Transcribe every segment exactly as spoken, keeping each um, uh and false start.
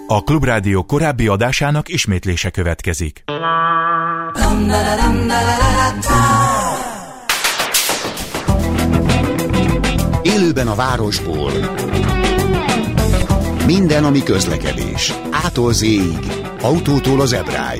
A Klubrádió korábbi adásának ismétlése következik. Élőben a városból. Minden, ami közlekedés. Ától zéig. Autótól az Ebráig.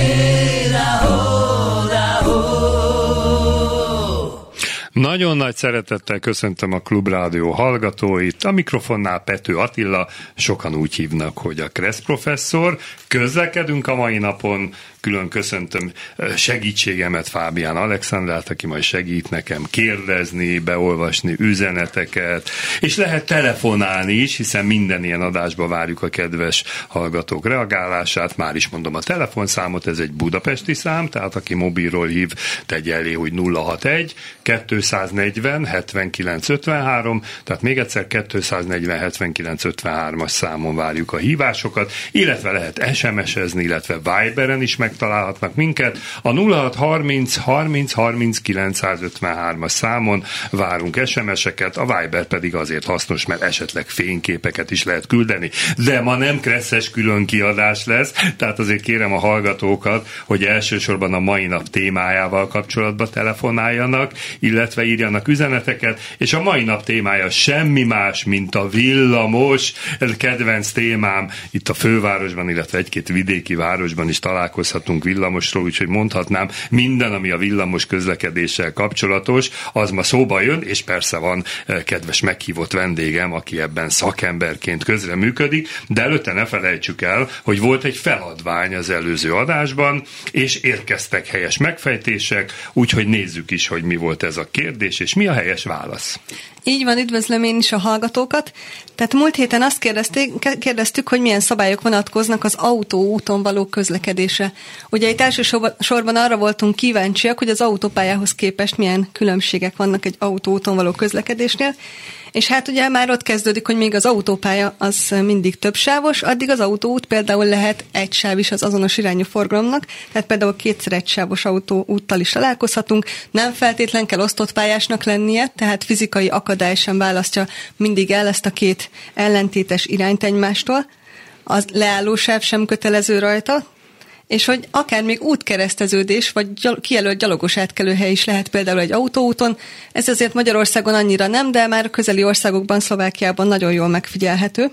Nagyon nagy szeretettel köszöntöm a Klubrádió hallgatóit. A mikrofonnál Pető Attila, sokan úgy hívnak, hogy a Kressz professzor. Közlekedünk a mai napon. Külön köszöntöm segítségemet, Fábián Alexandrát, aki majd segít nekem kérdezni, beolvasni üzeneteket, és lehet telefonálni is, hiszen minden ilyen adásba várjuk a kedves hallgatók reagálását. Már is mondom a telefonszámot, ez egy budapesti szám, tehát aki mobilról hív, tegye elé, hogy nulla hatvanegy kétszáznegyven hetvenkilenc ötvenhárom, tehát még egyszer kétszáznegyven hetvenkilenc ötvenhármas számon várjuk a hívásokat, illetve lehet es em es-ezni, illetve Viberen is meg találhatnak minket. A nulla hatszázharminc harminc harminc kilencszázötvenhármas számon várunk es em es-eket, a Viber pedig azért hasznos, mert esetleg fényképeket is lehet küldeni. De ma nem kresszes külön kiadás lesz, tehát azért kérem a hallgatókat, hogy elsősorban a mai nap témájával kapcsolatban telefonáljanak, illetve írjanak üzeneteket, és a mai nap témája semmi más, mint a villamos. Ez kedvenc témám, itt a fővárosban, illetve egy-két vidéki városban is találkozhatunk villamosról, úgyhogy mondhatnám, minden, ami a villamos közlekedéssel kapcsolatos, az ma szóba jön, és persze van kedves meghívott vendégem, aki ebben szakemberként közreműködik, de előtte ne felejtsük el, hogy volt egy feladvány az előző adásban, és érkeztek helyes megfejtések, úgyhogy nézzük is, hogy mi volt ez a kérdés, és mi a helyes válasz. Így van, üdvözlöm én is a hallgatókat. Tehát múlt héten azt kérdezték, kérdeztük, hogy milyen szabályok vonatkoznak az autóúton való közlekedésre. Ugye itt elsősorban arra voltunk kíváncsiak, hogy az autópályához képest milyen különbségek vannak egy autóúton való közlekedésnél, és hát ugye már ott kezdődik, hogy még az autópálya az mindig többsávos, addig az autóút például lehet egy sáv is az azonos irányú forgalomnak, tehát például kétszer egysávos autóúttal is találkozhatunk, nem feltétlen kell osztott pályásnak lennie, tehát fizikai akadály sem választja mindig el ezt a két ellentétes irányt egymástól, az leállósáv sem kötelező rajta, és hogy akár még útkereszteződés, vagy gyal- kijelölt gyalogos átkelőhely is lehet például egy autóúton. Ez azért Magyarországon annyira nem, de már a közeli országokban, Szlovákiában nagyon jól megfigyelhető.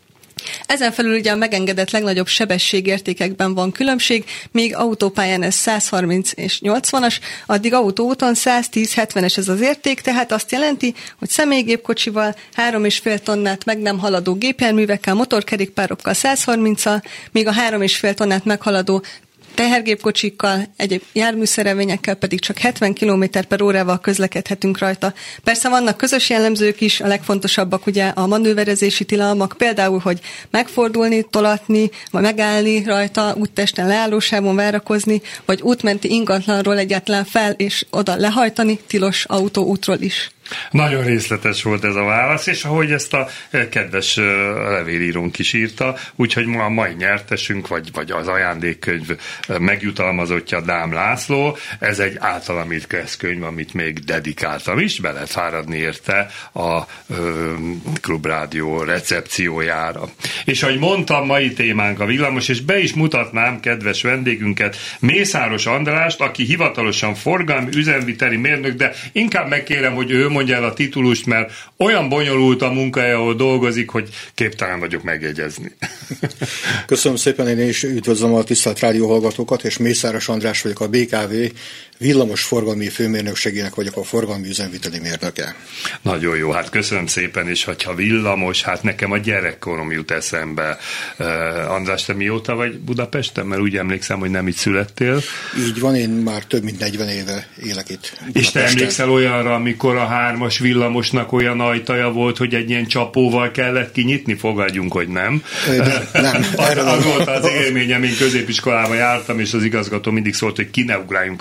Ezen felül ugye a megengedett legnagyobb sebességértékekben van különbség, míg autópályán ez száz harminc és nyolcvanas, addig autóúton száz tíz hetvenes ez az érték, tehát azt jelenti, hogy személygépkocsival, három és fél tonnát meg nem haladó gépjárművekkel, motorkerékpárokkal száz harminccal, míg a három és fél tonnát meghaladó tehergépkocsikkal, egyéb járműszerelvényekkel pedig csak hetven kilométer per órával közlekedhetünk rajta. Persze vannak közös jellemzők is, a legfontosabbak ugye a manőverezési tilalmak, például, hogy megfordulni, tolatni, vagy megállni rajta, úttesten leállósávon várakozni, vagy útmenti ingatlanról egyáltalán fel és oda lehajtani, tilos autóútról is. Nagyon részletes volt ez a válasz, és ahogy ezt a kedves levélírónk is írta, úgyhogy ma a mai nyertesünk, vagy, vagy az ajándékkönyv megjutalmazottja Dám László, ez egy általam írt könyv, amit még dedikáltam is, be lehet fáradni érte a ö, Klubrádió recepciójára. És ahogy mondtam, mai témánk a villamos, és be is mutatnám kedves vendégünket, Mészáros Andrást, aki hivatalosan forgalmi üzemviteli mérnök, de inkább megkérem, hogy ő mondja el a titulust, mert olyan bonyolult a munkája, ahol dolgozik, hogy képtelen vagyok megjegyezni. Köszönöm szépen, én is üdvözlöm a tisztelt rádióhallgatókat, és Mészáros András vagyok, a bé ká vé villamos forgalmi főmérnökségének vagyok a forgalmi üzemviteli mérnöke. Nagyon jó, hát köszönöm szépen, és hogyha villamos, hát nekem a gyerekkorom jut eszembe. Uh, András, te mióta vagy Budapesten? Mert úgy emlékszem, hogy nem itt születtél. Így van, én már több mint negyven éve élek itt Budapesten. És te emlékszel olyanra, amikor a hármas villamosnak olyan ajtaja volt, hogy egy ilyen csapóval kellett kinyitni? Fogadjunk, hogy nem. De, nem. az, az volt az élményem, én középiskolában jártam, és az igazgató mindig szólt, hogy ki ne ugráljunk a villamos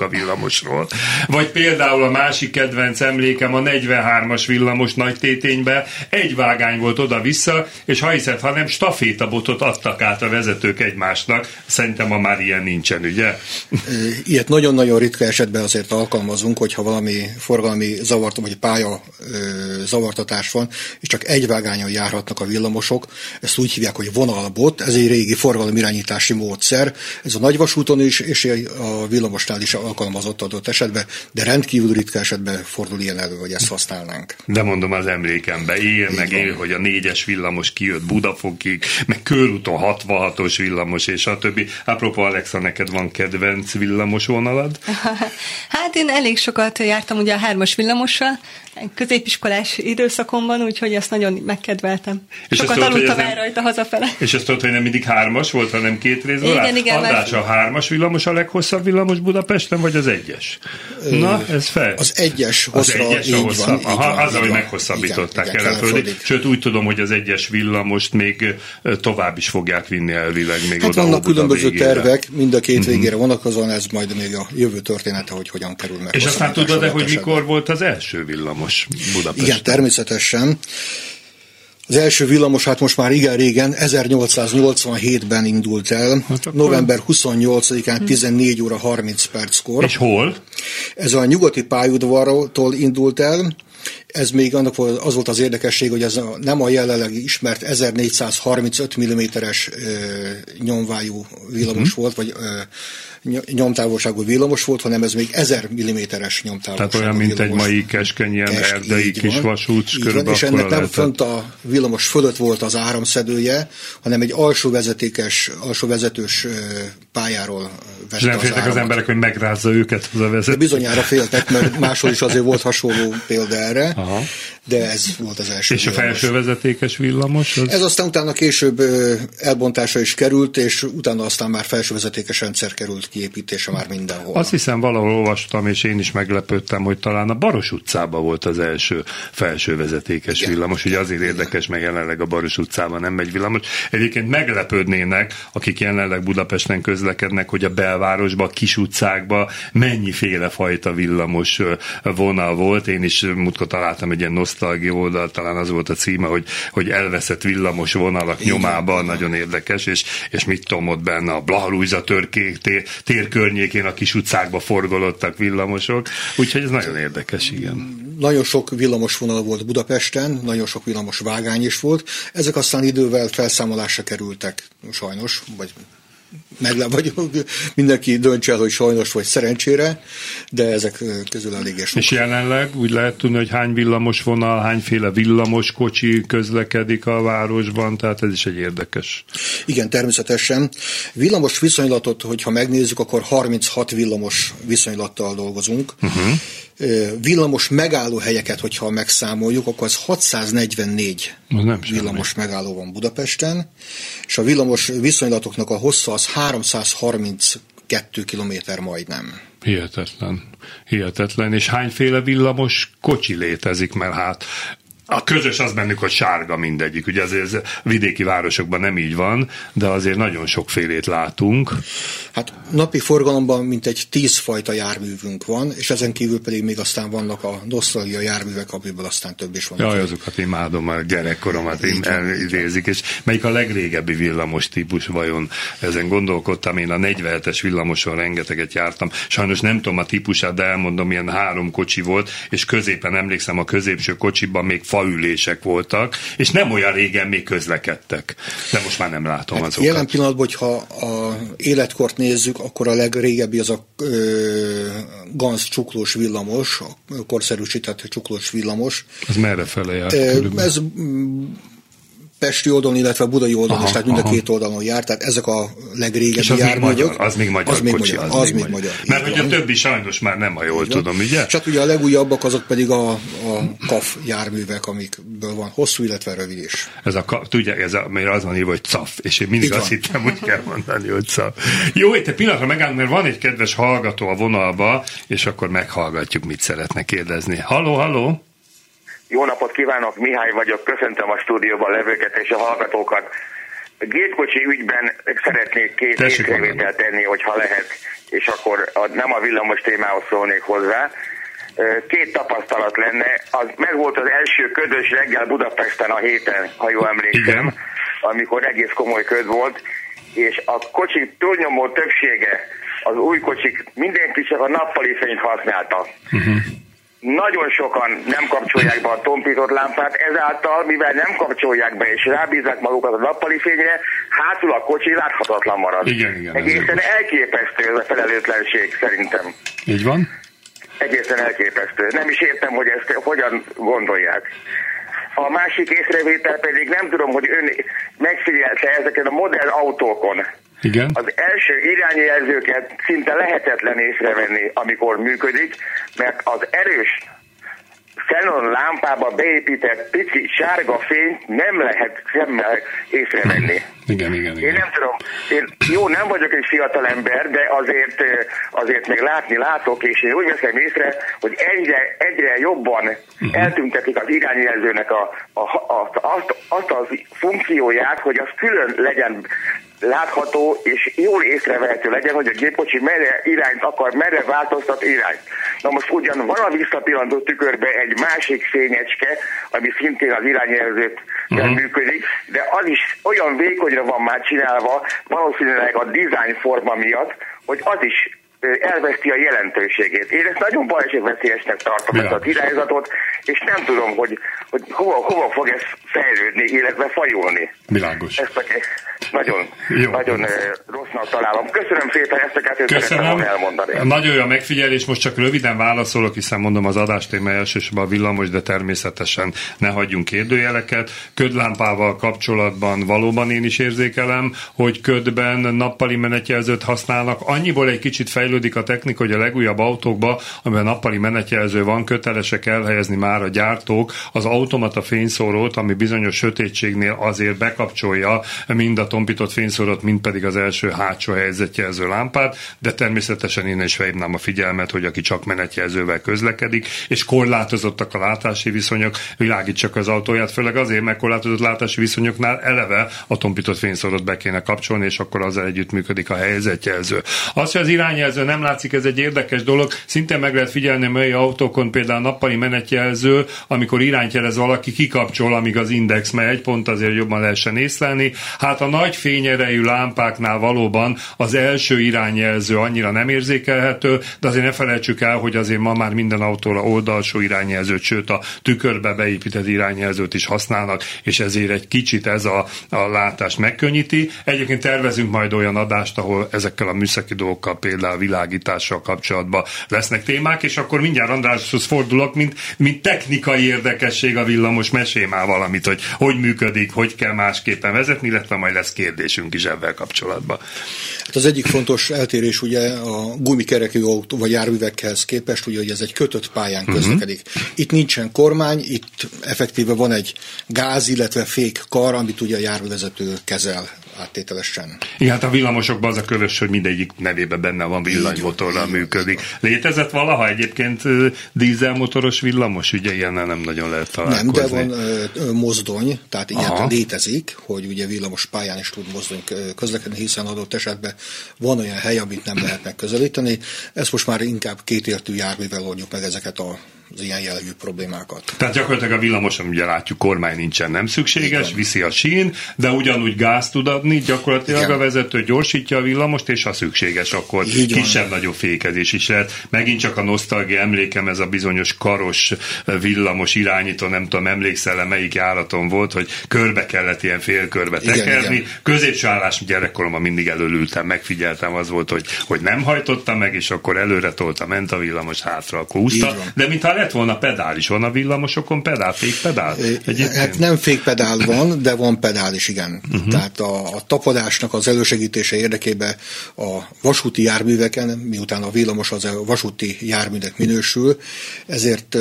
villamosról. Vagy például a másik kedvenc emlékem a negyvenhármas villamos nagy téténybe, egy vágány volt oda-vissza, és ha hiszed, ha nem stafétabotot adtak át a vezetők egymásnak. Szerintem ma már ilyen nincsen, ugye? Ilyet nagyon-nagyon ritka esetben azért alkalmazunk, hogyha valami forgalmi zavart, vagy pálya zavartatás van, és csak egy vágányon járhatnak a villamosok. Ezt úgy hívják, hogy vonalbot, ez egy régi forgalomirányítási módszer. Ez a nagyvasúton is, és a villamosnál is alkalmazott adott esetben, de rendkívül ritka esetben fordul ilyen elő, hogy ezt használnánk. De mondom az emlékembe, él meg él, hogy a négyes villamos kijött Budafokig, meg körúton hatvanhatos villamos, és a többi. Apropó, Alexa, neked van kedvenc villamos vonalad? Hát én elég sokat jártam ugye a hármas villamossal, középiskolás időszakomban, úgyhogy ezt nagyon megkedveltem. És sokat aludtam el rajta hazafele. És ezt tudod, hogy nem mindig hármas volt, hanem két rész volt? Igen, igen. András, a hármas villamos a leghosszabb villamos Budapesten, vagy az egyes? Ö, Na, ez fel. Az egyes hosszra, az egyes így hosszabb. van. Aha, van, azzal, hogy meghosszabbították el a földig. Sőt, úgy tudom, hogy az egyes villamost még tovább is fogják vinni elvileg. Még hát oda vannak különböző végére. tervek, mind a két végére uh-huh. vonatkozóan, ez majd még a jövő története, hogy hogyan kerül meg. És aztán tudod-e, hogy mikor volt az első villamos Budapesten? Igen, természetesen. Az első villamos, hát most már igen régen, ezernyolcszáznyolcvanhétben indult el, hát akkor... november huszonnyolcadikán tizennégy óra harminc perckor. És hol? Ez a nyugati pályaudvartól indult el. Ez még annak az volt az érdekesség, hogy ez a, nem a jelenleg ismert ezernégyszázharmincöt milliméteres ö, nyomvájú villamos uh-huh. volt, vagy ö, nyomtávolságú villamos volt, hanem ez még ezer milliméteres nyomtávolságú. Tehát olyan, mint villamos. Egy mai keskeny ilyen Kest, erdei kis vasút. És ennek nem fönt a villamos fölött volt az áramszedője, hanem egy alsó vezetékes, alsó vezetős pályáról vette és nem az féltek áramot. Az emberek, hogy megrázza őket az a vezető. De bizonyára féltek, mert máshol is azért volt hasonló példa erre, aha. de ez volt az első És villamos. A felső vezetékes villamos? Az... Ez aztán utána később elbontásra is került, és utána aztán már felső vezetékes rendszer került kiépítése már mindenhol. Azt hiszem, valahol olvastam, és én is meglepődtem, hogy talán a Baros utcában volt az első felső vezetékes igen. villamos. Ugye azért igen. érdekes, meg jelenleg a Baros utcában nem megy villamos. Egyébként meglepődnének, akik jelenleg Budapesten közlekednek, hogy a belvárosban, a kis utcákban mennyiféle fajta villamos vonal volt. Én is múltkor találtam egy ilyen nosztalgia oldal, talán az volt a címe, hogy, hogy elveszett villamos vonalak igen. nyomában, nagyon érdekes, és, és mit tudom, ott benne a Blaha-Lujza tér, tér környékén a kis utcákba forgolódtak villamosok, úgyhogy ez nagyon érdekes, igen. Nagyon sok villamos vonal volt Budapesten, nagyon sok villamos vágány is volt, ezek aztán idővel felszámolásra kerültek, sajnos, vagy meglep, vagy mindenki döntse el, hogy sajnos vagy szerencsére, de ezek közül eléggé sok. És jelenleg úgy lehet tudni, hogy hány villamos vonal, hányféle villamos kocsi közlekedik a városban, tehát ez is egy érdekes. Igen, természetesen. Villamos viszonylatot, hogyha megnézzük, akkor harminchat villamos viszonylattal dolgozunk. Uh-huh. Villamos megállóhelyeket, hogyha megszámoljuk, akkor az hatszáznegyvennégy villamos megálló van Budapesten, és a villamos viszonylatoknak a hossza az háromszázharminckettő kilométer majdnem. Hihetetlen. Hihetetlen. És hányféle villamos kocsi létezik, mert hát a közös az bennük, hogy sárga mindegyik. Ugye azért vidéki városokban nem így van, de azért nagyon sokfélét látunk. Hát napi forgalomban mintegy tíz fajta járművünk van, és ezen kívül pedig még aztán vannak a nosztalgia járművek, amiből aztán több is van. Jaj, azokat imádom, a gyerekkoromat elidézik, és melyik a legrégebbi villamos típus vajon? Ezen gondolkodtam, én a negyvenhetes villamoson rengeteget jártam. Sajnos nem tudom a típusát, de elmondom, ilyen három kocsi volt, és középen emlékszem, a középső kocsiban még faülések voltak, és nem olyan régen még közlekedtek. De most már nem látom hát azokat. Jelen pillanatban, hogyha a életkort nézzük, akkor a legrégebbi az a ö, Ganz csuklós villamos, a korszerűsített csuklós villamos. Ez merre fele járt? Ez pesti oldalon, illetve budai oldalon is, tehát mind a két oldalon jár, tehát ezek a legrégebbi és az járművek. Még az még magyar az még kocsi. Magyar, az, az még még magyar. magyar. Mert hogy a többi sajnos már nem, ha jól így tudom, ugye? És hát ugye a legújabbak azok pedig a, a kaf járművek, amikből van hosszú, illetve rövid is. Ez a, tudja, ez a, mert az van írva, hogy caf, és én mindig így azt van. Hittem, hogy kell mondani, hogy caf. Jó, itt egy pillanatra megállunk, mert van egy kedves hallgató a vonalba, és akkor meghallgatjuk, mit szeretne kérdezni. Halló, halló! Jó napot kívánok, Mihály vagyok, köszöntöm a stúdióban levőket és a hallgatókat. gépkocsi ügyben szeretnék két észrevételt tenni, hogyha lehet, és akkor a, nem a villamos témához szólnék hozzá. Két tapasztalat lenne. Az meg volt az első ködös reggel Budapesten a héten, ha jól emlékszem, igen, amikor egész komoly köd volt, és a kocsik túlnyomó többsége, az új kocsik, mindenki csak a nappali fényt használta. Uh-huh. Nagyon sokan nem kapcsolják be a tompított lámpát, ezáltal, mivel nem kapcsolják be és rábízzák magukat a nappali fényre, hátul a kocsi láthatatlan marad. Igen, igen, egészen elképesztő ez a felelőtlenség szerintem. Így van? Egészen elképesztő. Nem is értem, hogy ezt hogyan gondolják. A másik észrevétel pedig nem tudom, hogy ön megfigyelte ezeken a modern autókon. Igen. Az első irányjelzőket szinte lehetetlen észrevenni, amikor működik, mert az erős xenon lámpába beépített pici sárga fényt nem lehet szemmel észrevenni. Igen, igen, igen. Én nem tudom, én jó, nem vagyok egy fiatal ember, de azért, azért még látni látok, és én úgy veszem észre, hogy egyre, egyre jobban uh-huh. eltüntetik az irányjelzőnek a, a, a, azt, azt a funkcióját, hogy az külön legyen látható és jól észrevehető legyen, hogy a gépkocsi merre irányt akar, merre változtat irányt. Na most ugyan van a visszapillantó tükörbe egy másik fényecske, ami szintén az irányjelzőt uh-huh. működik, de az is olyan vékonyra van már csinálva, valószínűleg a design forma miatt, hogy az is elveszti a jelentőségét. Én ezt nagyon balesetveszélyesnek tartom, ja. ezt a irányzatot, és nem tudom, hogy, hogy hova, hova fog ez fejlődni, illetve fajulni. Világos. Ezt nagyon, nagyon rossznak találom. Köszönöm szépen, ezt a kettőt szeretném elmondani. Nagyon jó a megfigyelés, most csak röviden válaszolok, hiszen mondom az adástéma elsősorban a villamos, de természetesen ne hagyjunk kérdőjeleket. Ködlámpával kapcsolatban valóban én is érzékelem, hogy ködben nappali menetjelzőt használnak. Annyiból egy kicsit fejlődik a technika, hogy a legújabb autókban, amiben nappali menetjelző van, kötelesek elhelyezni már a gyártók az automata fényszórót, ami bizonyos sötétségnél azért bekapcsolja mind a tompított fényszórót, mind pedig az első hátsó helyzetjelző lámpát, de természetesen én is felhívnám a figyelmet, hogy aki csak menetjelzővel közlekedik, és korlátozottak a látási viszonyok, világítsak az autóját, főleg azért, mert korlátozott látási viszonyoknál eleve a tompított fényszórót be kéne kapcsolni, és akkor azzal együtt működik a helyzetjelző. Az, hogy az irányjelző nem látszik, ez egy érdekes dolog, szintén meg lehet figyelni a mai autókon, például a nappali menetjelző, amikor irányt jelez valaki, kikapcsol, amíg az index megy, pont azért jobban lehessen észlelni. Hát a nagy fényerejű lámpáknál valóban az első irányjelző annyira nem érzékelhető, de azért ne felejtsük el, hogy azért ma már minden autóra oldalsó irányjelzőt, sőt a tükörbe beépített irányjelzőt is használnak, és ezért egy kicsit ez a, a látást megkönnyíti. Egyébként tervezünk majd olyan adást, ahol ezekkel a műszaki dolgokkal, például világítással kapcsolatban lesznek témák, és akkor mindjárt Andráshoz fordulok, mint, mint technikai érdekesség a villamos, mesélj már valamit, hogy hogy működik, hogy kell másképpen vezetni, illetve majd lesz kérdésünk is ebben kapcsolatban. Hát az egyik fontos eltérés ugye a gumikerekű autó vagy járművekhez képest, ugye, hogy ez egy kötött pályán uh-huh. közlekedik. Itt nincsen kormány, itt effektíve van egy gáz, illetve fék kar, amit ugye a járművezető kezel áttételesen. Igen, hát a villamosokban az a kövös, hogy mindegyik nevében benne van, villanymotorral működik. Létezett valaha egyébként dízelmotoros villamos? Ugye ilyennel nem nagyon lehet találkozni. Nem, de van ö, mozdony, tehát ilyen Aha. létezik, hogy ugye villamos pályán is tud mozdony közlekedni, hiszen adott esetben van olyan hely, amit nem lehet megközelíteni. Ezt most már inkább kétértű járművel oldjuk meg ezeket a az ilyen jellegű problémákat. Tehát gyakorlatilag a villamoson ugye látjuk, kormány nincsen, nem szükséges, igen. viszi a sín, de ugyanúgy gáz tud adni, gyakorlatilag igen. a vezető gyorsítja a villamost, és ha szükséges, akkor kisebb-nagyobb fékezés is lehet. Megint csak a nosztalgia emlékem, ez a bizonyos karos villamos irányító, nem tudom, emlékszel, melyik járaton volt, hogy körbe kellett ilyen félkörbe tekerni. Igen, középső állás gyerekkoromban mindig előültem, megfigyeltem, az volt, hogy, hogy nem hajtotta meg, és akkor előre tolta, ment a villamos, hátra akkor húzta. De mintha lett volna pedál is. Van a villamosokon pedál, fékpedál? Hát nem fékpedál van, de van pedál is, igen. Uh-huh. Tehát a, a tapadásnak az elősegítése érdekében a vasúti járműveken, miután a villamos az a vasúti járműnek minősül, ezért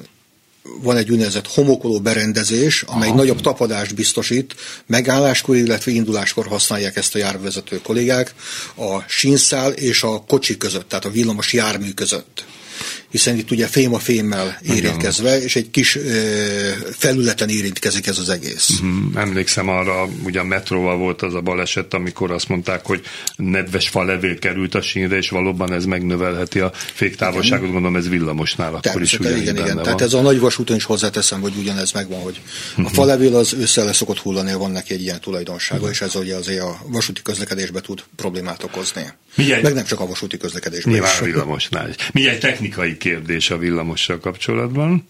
van egy úgynevezett homokoló berendezés, amely Aha. nagyobb tapadást biztosít, megálláskor, illetve induláskor használják ezt a járművezető kollégák a sínszál és a kocsi között, tehát a villamos jármű között. hiszen itt ugye fém a fémmel érintkezve, és egy kis ö, felületen érintkezik ez az egész. Uh-huh. Emlékszem arra, ugye a metróval volt az a baleset, amikor azt mondták, hogy nedves falevél került a sínre, és valóban ez megnövelheti a féktávolságot, gondolom ez villamosnál akkor is ugyanígy igen, benne igen. van. Tehát ez a nagy vasúton is hozzáteszem, hogy ugyanez megvan, hogy uh-huh. a falevél az össze le szokott hullani, van neki egy ilyen tulajdonsága, uh-huh. és ez ugye azért a vasúti közlekedésbe tud problémát okozni. Mindjárt, meg nem csak a vasúti közlekedésben. Nyilván a villamosnál is. Mindjárt technikai kérdés a villamossal kapcsolatban.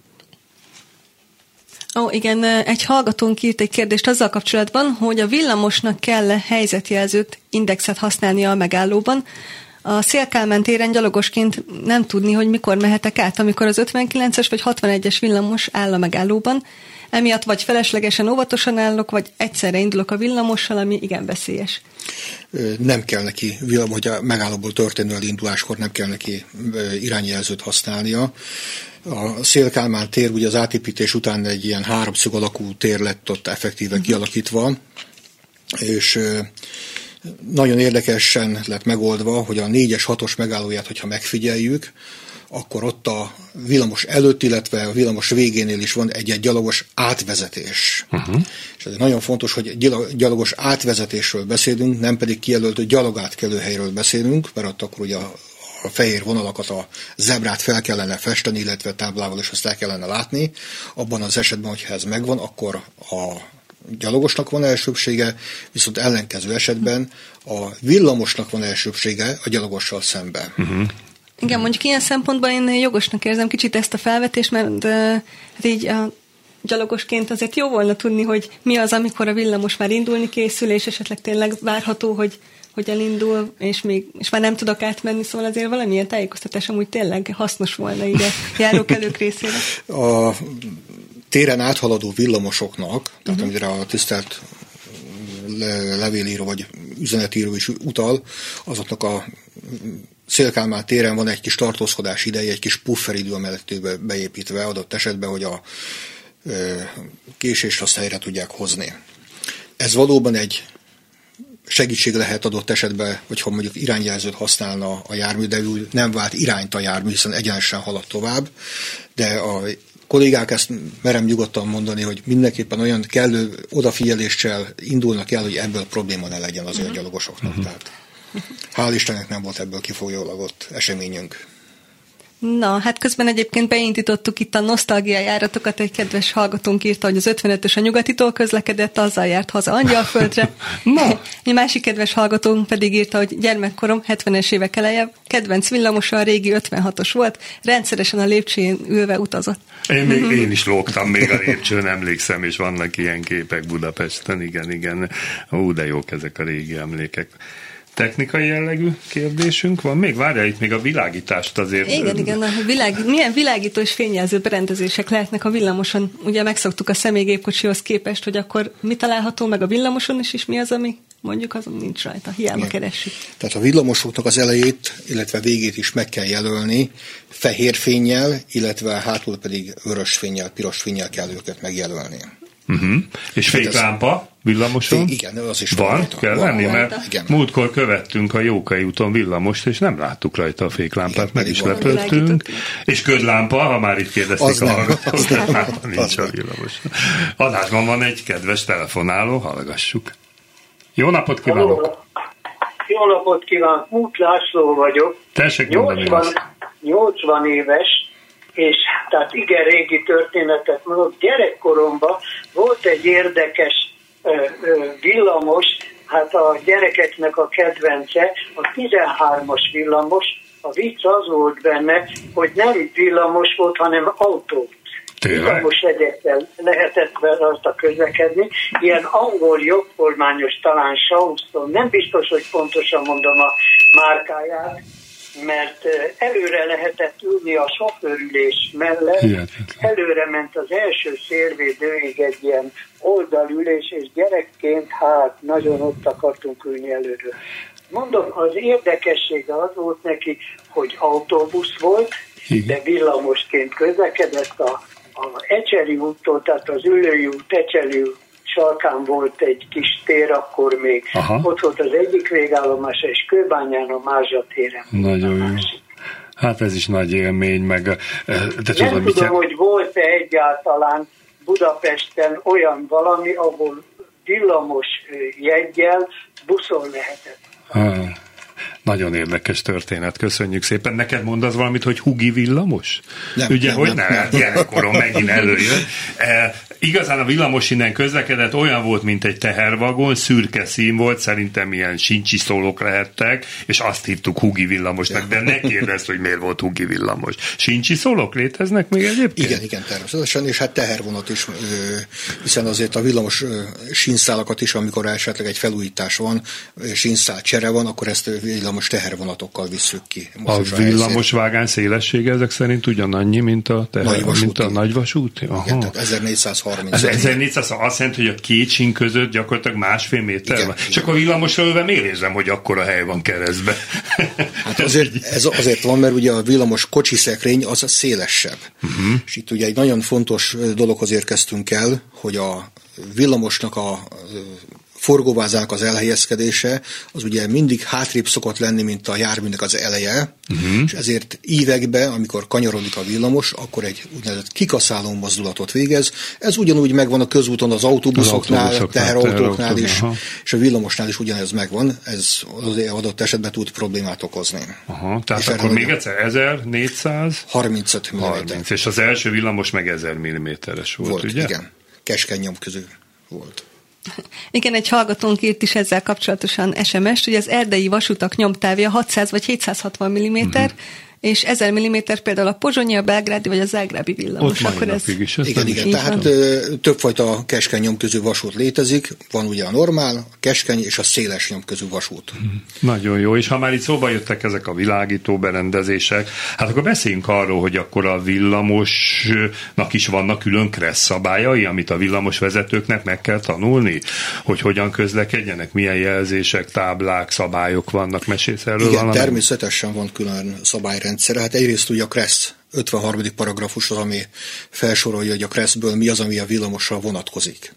Ó, igen, egy hallgatónk írt egy kérdést azzal kapcsolatban, hogy a villamosnak kell helyzetjelzőt, indexet használnia a megállóban. A Széll-Kálmán téren gyalogosként nem tudni, hogy mikor mehetek át, amikor az ötvenkilences vagy hatvanegyes villamos áll a megállóban. Emiatt vagy feleslegesen óvatosan állok, vagy egyszerre indulok a villamossal, ami igen veszélyes. Nem kell neki, hogy a megállóból történő elinduláskor nem kell neki irányjelzőt használnia. A Széll-Kálmán tér ugye az átépítés után egy ilyen háromszög alakú tér lett ott effektíve uh-huh. kialakítva, és nagyon érdekesen lett megoldva, hogy a négyes, hatos megállóját, hogyha megfigyeljük, akkor ott a villamos előtt, illetve a villamos végénél is van egy-egy gyalogos átvezetés. Uh-huh. És ez nagyon fontos, hogy gyalogos átvezetésről beszélünk, nem pedig kijelölt gyalogátkelőhelyről beszélünk, mert ott akkor ugye a, a fehér vonalakat, a zebrát fel kellene festeni, illetve táblával is azt el kellene látni. Abban az esetben, hogyha ez megvan, akkor a gyalogosnak van elsőbsége, viszont ellenkező esetben a villamosnak van elsőbsége a gyalogossal szemben. Uh-huh. Igen, mondjuk ilyen szempontból én jogosnak érzem kicsit ezt a felvetést, mert hát így a gyalogosként azért jó volna tudni, hogy mi az, amikor a villamos már indulni készül, és esetleg tényleg várható, hogy, hogy elindul, és, még, és már nem tudok átmenni, szóval azért valamilyen tájékoztatás amúgy tényleg hasznos volna így a járókelők részére. A téren áthaladó villamosoknak, tehát uh-huh. amire a tisztelt levélíró vagy üzenetíró is utal, azoknak a Széll-Kálmán téren van egy kis tartózkodás ideje, egy kis pufferidő a mellettőbe beépítve, adott esetben, hogy a késést azt helyre tudják hozni. Ez valóban egy segítség lehet adott esetben, hogyha mondjuk irányjelzőt használna a jármű, de úgy nem vált irányt a jármű, hiszen egyenesen halad tovább, de a kollégák ezt merem nyugodtan mondani, hogy mindenképpen olyan kellő odafigyeléssel indulnak el, hogy ebből probléma ne legyen az gyalogosoknak. Uh-huh. Tehát hál' Istennek nem volt ebből kifoglalott eseményünk. Na, hát közben egyébként beindítottuk itt a nosztalgia járatokat, egy kedves hallgatónk írta, hogy az ötvenötös a nyugatitól közlekedett, azzal járt haza Angyalföldre. No. Egy másik kedves hallgatónk pedig írta, hogy gyermekkorom, hetvenes évek eleje, kedvenc villamosa a régi ötvenhatos volt, rendszeresen a lépcsőjén ülve utazott. Én, még, én is lógtam még a lépcsőn, emlékszem, és vannak ilyen képek Budapesten, igen, igen. Ó, de jók ezek a régi emlékek. Technikai jellegű kérdésünk van? Még várja itt még a világítást azért. Igen, igen. A világ, milyen világító és fényjelző berendezések lehetnek a villamoson? Ugye megszoktuk a személygépkocsihoz képest, hogy akkor mi található meg a villamoson is, és mi az, ami mondjuk azon nincs rajta. Hiába igen. keressük. Tehát a villamosoknak az elejét, illetve végét is meg kell jelölni, fehér fénnyel, illetve hátul pedig vörös fénnyel, piros fénnyel kell őket megjelölni. Uh-huh. És féklámpa villamoson? Fék, igen, az is van. Van, kell van, lenni, van, mert igen. múltkor követtünk a Jókai úton villamost, és nem láttuk rajta a féklámpát, igen, meg is lepöltünk. És ködlámpa, ha már itt kérdezték az a hallgatókat, nincs a villamos. Adásban van egy kedves telefonáló, hallgassuk. Jó napot kívánok! Jó napot kívánok, Múlt László vagyok. Tessék mondani. nyolcvan éves, és tehát igen régi történetet mondok. Gyerekkoromban volt egy érdekes ö, ö, villamos, hát a gyerekeknek a kedvence, a tizenhármas villamos. A vicc az volt benne, hogy nem villamos volt, hanem autóbusz. Villamos jegyekkel lehetett rajta közlekedni. Ilyen angol jogformányos, talán Charleston, nem biztos, hogy pontosan mondom a márkáját, mert előre lehetett ülni a sofőrülés mellett, hihetetlen. Előre ment az első szélvédőig egy ilyen oldalülés, és gyerekként hát nagyon ott akartunk ülni előről. Mondom, az érdekessége az volt neki, hogy autóbusz volt, de villamosként közlekedett a, a Ecseri úttól, tehát az Üllői út, Ecseri út sarkán volt egy kis tér, akkor még aha. Ott volt az egyik végállomása, és Kőbányán a Mázsa téren. Nagyon jó. Hát ez is nagy élmény, meg de nem tudom, tudom, mit... hogy volt-e egyáltalán Budapesten olyan valami, ahol villamos jeggyel buszon lehetett. Ha, nagyon érdekes történet, köszönjük szépen. Neked mondasz valamit, hogy Hugi villamos? Nem, Ugye, nem, hogy nem, ne? nem. Gyerekkorom megint előjön. E, igazán a villamos innen közlekedett, olyan volt, mint egy tehervagon, szürke szín volt, szerintem ilyen sincsiszólók lehettek, és azt hívtuk Hugi villamosnak, de ne kérdezz, hogy miért volt Hugi villamos. Sincsiszólók léteznek még egyébként? Igen, igen, természetesen, és hát tehervonat is, hiszen azért a villamos sínszálakat is, amikor esetleg egy felújítás van, sínszál csere van, akkor ezt villamos tehervonatokkal visszük ki. Most a villamos vágány szélessége ezek szerint ugyanannyi, mint a, teher, mint a nagyvasúti? Igen, tehát ezernégyszázharminc. Ez ezernégyszáz azt jelenti, hogy a két sín között gyakorlatilag másfél méter igen, van. igen. Csak a villamosra ülve miért érzem, hogy akkora hely van keresztbe? Hát azért, ez azért van, mert ugye a villamos kocsiszekrény az a szélesebb. Uh-huh. És itt ugye egy nagyon fontos dologhoz érkeztünk el, hogy a villamosnak a forgóvázának az elhelyezkedése, az ugye mindig hátrébb szokott lenni, mint a járműnek az eleje, uh-huh. és ezért ívekbe, amikor kanyarodik a villamos, akkor egy úgynevezett kikaszáló mozdulatot végez. Ez ugyanúgy megvan a közúton az autóbuszoknál, az teherautóknál is, aha. és a villamosnál is ugyanez megvan, ez az adott esetben tud problémát okozni. Aha, tehát és akkor még egyszer ezernégyszáz? harmincöt milliméter. harminc, és az első villamos meg ezer milliméteres volt, volt, ugye? Igen, keskeny nyomközű volt. Igen, egy hallgatónk írt is ezzel kapcsolatosan es em est, hogy az erdei vasutak nyomtávja hatszáz vagy hétszázhatvan milliméter, uh-huh. és ezer milliméter például a pozsonyi, a belgrádi vagy a zágrábi villamos. Ott akkor ez is. Igen, igen, tehát van. Többfajta keskeny nyomközű vasút létezik, van ugye a normál, a keskeny és a széles nyomközű vasút. Uh-huh. Nagyon jó, és ha már itt szóba jöttek ezek a világító berendezések, hát akkor beszéljünk arról, hogy akkor a villamosnak is vannak külön kressz szabályai, amit a villamos vezetőknek meg kell tanulni, hogy hogyan közlekedjenek, milyen jelzések, táblák, szabályok vannak, mesélsz erről igen, valami? Természetesen van külön szabályrendszere. Hát egyrészt ugye a kressz ötvenharmadik paragrafus az, ami felsorolja, hogy a kresszből mi az, ami a villamosra vonatkozik.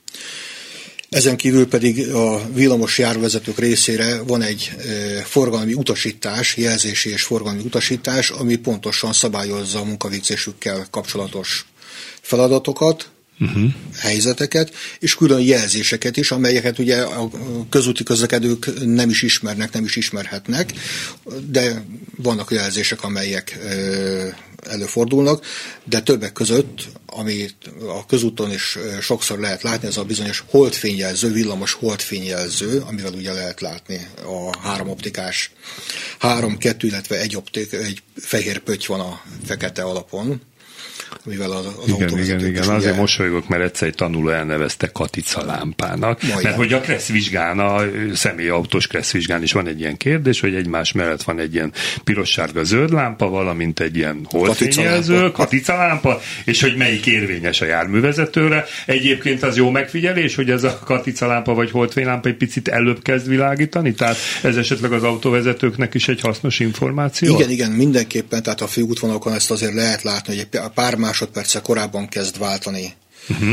Ezen kívül pedig a villamos járvezetők részére van egy e, forgalmi utasítás, jelzési és forgalmi utasítás, ami pontosan szabályozza a munkavégzésükkel kapcsolatos feladatokat, Uh-huh. helyzeteket, és külön jelzéseket is, amelyeket ugye a közúti közlekedők nem is ismernek, nem is ismerhetnek, de vannak jelzések, amelyek előfordulnak, de többek között, amit a közúton is sokszor lehet látni, ez a bizonyos holdfényjelző, villamos holdfényjelző, amivel ugye lehet látni a három optikás, három, kettő, illetve egy optik, egy fehér pötty van a fekete alapon, mivel az, az igen, igen, igen. Ugye... Azért mosolygok, mert egyszer egy tanuló elnevezte Katica lámpának, Majdnem. Mert hogy a kresszvizsgán, a személyautós kresszvizsgán is van egy ilyen kérdés, hogy egymás mellett van egy ilyen piros-sárga-zöld lámpa, valamint egy ilyen holdfényjelző, Katica lámpa, és hogy melyik érvényes a járművezetőre. Egyébként az jó megfigyelés, hogy ez a Katica lámpa vagy holdfénylámpa egy picit előbb kezd világítani, tehát ez esetleg az autóvezetőknek is egy hasznos információ? Igen, igen, mindenképpen, tehát a főútvonalakon ezt azért lehet látni, hogy egy pár másodperccel korábban kezd váltani uh-huh.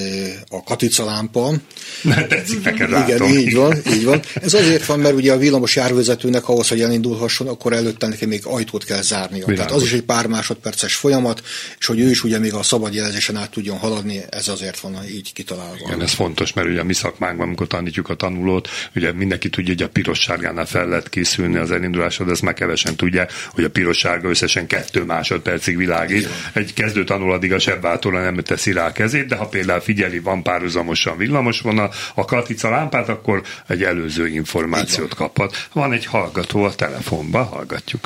a Katica lámpa. Tetszik neked, látom. Igen, így van, így van. Ez azért van, mert ugye a villamos járvezetőnek ahhoz, hogy elindulhasson, akkor előtte neki még ajtót kell zárnia. Világos. Tehát az is egy pár másodperces folyamat, és hogy ő is ugye még a szabad jelzésen át tudjon haladni, ez azért van így kitalálva. Igen, ez fontos, mert ugye a mi szakmánkban, amikor tanítjuk a tanulót, ugye mindenki tudja, hogy a piros-sárgánál fel lehet készülni az elindulásra, de ezt már kevesen tudják, hogy a piros-sárga összesen kettő másodpercig világít. Egy kezdő tanul addig a sebváltóra nem teszi rá a kezét, de ha például figyeli, van párhuzamosan villamosvonal, a Katica lámpát, akkor egy előző információt kaphat. Van egy hallgató a telefonban, hallgatjuk.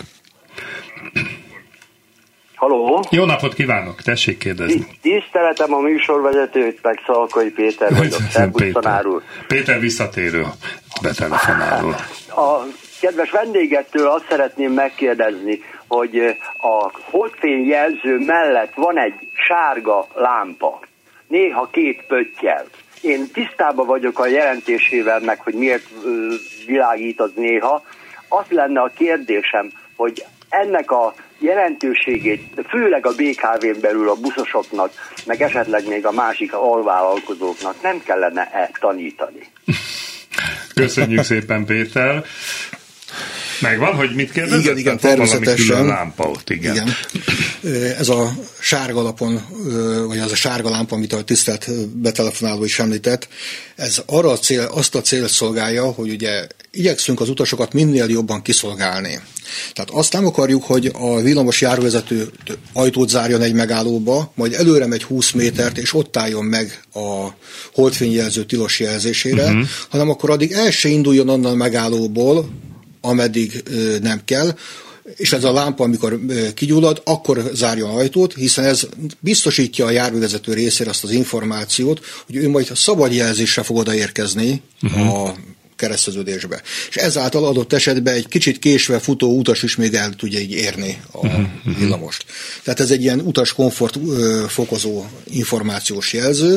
Halló? Jó napot kívánok, tessék kérdezni. Tiszteletem a műsorvezetőt, meg Szalkai Péter vagyok. Szervusz, tanár úr. Péter visszatérő a betelefonáló. A kedves vendégettől azt szeretném megkérdezni, hogy a holdfényjelző mellett van egy sárga lámpa, néha két pöttyel. Én tisztában vagyok a jelentésével, meg hogy miért világít az néha. Az lenne a kérdésem, hogy ennek a jelentőségét, főleg a bé ká vén belül a buszosoknak, meg esetleg még a másik alvállalkozóknak nem kellene-e tanítani? Köszönjük szépen, Péter. Megvan, hogy mit kérdezett? Igen, igen, tehát természetesen. Lámpa ott, igen. igen. Ez a sárga lapon, vagy az a sárga lámpa, amit a tisztelt betelefonáló is említett, ez arra a cél, azt a célt szolgálja, hogy ugye igyekszünk az utasokat minél jobban kiszolgálni. Tehát azt nem akarjuk, hogy a villamos járvezető ajtót zárjon egy megállóba, majd előre megy húsz métert, és ott álljon meg a holdfényjelző tilos jelzésére, uh-huh. hanem akkor addig el se induljon onnan a megállóból, ameddig ö, nem kell, és ez a lámpa, amikor kigyullad, akkor zárjon ajtót, hiszen ez biztosítja a járművezető részére azt az információt, hogy ő majd szabad jelzésre fog odaérkezni uh-huh. a kereszteződésbe. És ezáltal adott esetben egy kicsit késve futó utas is még el tudja így érni a uh-huh. villamost. Tehát ez egy ilyen utas komfort fokozó információs jelző.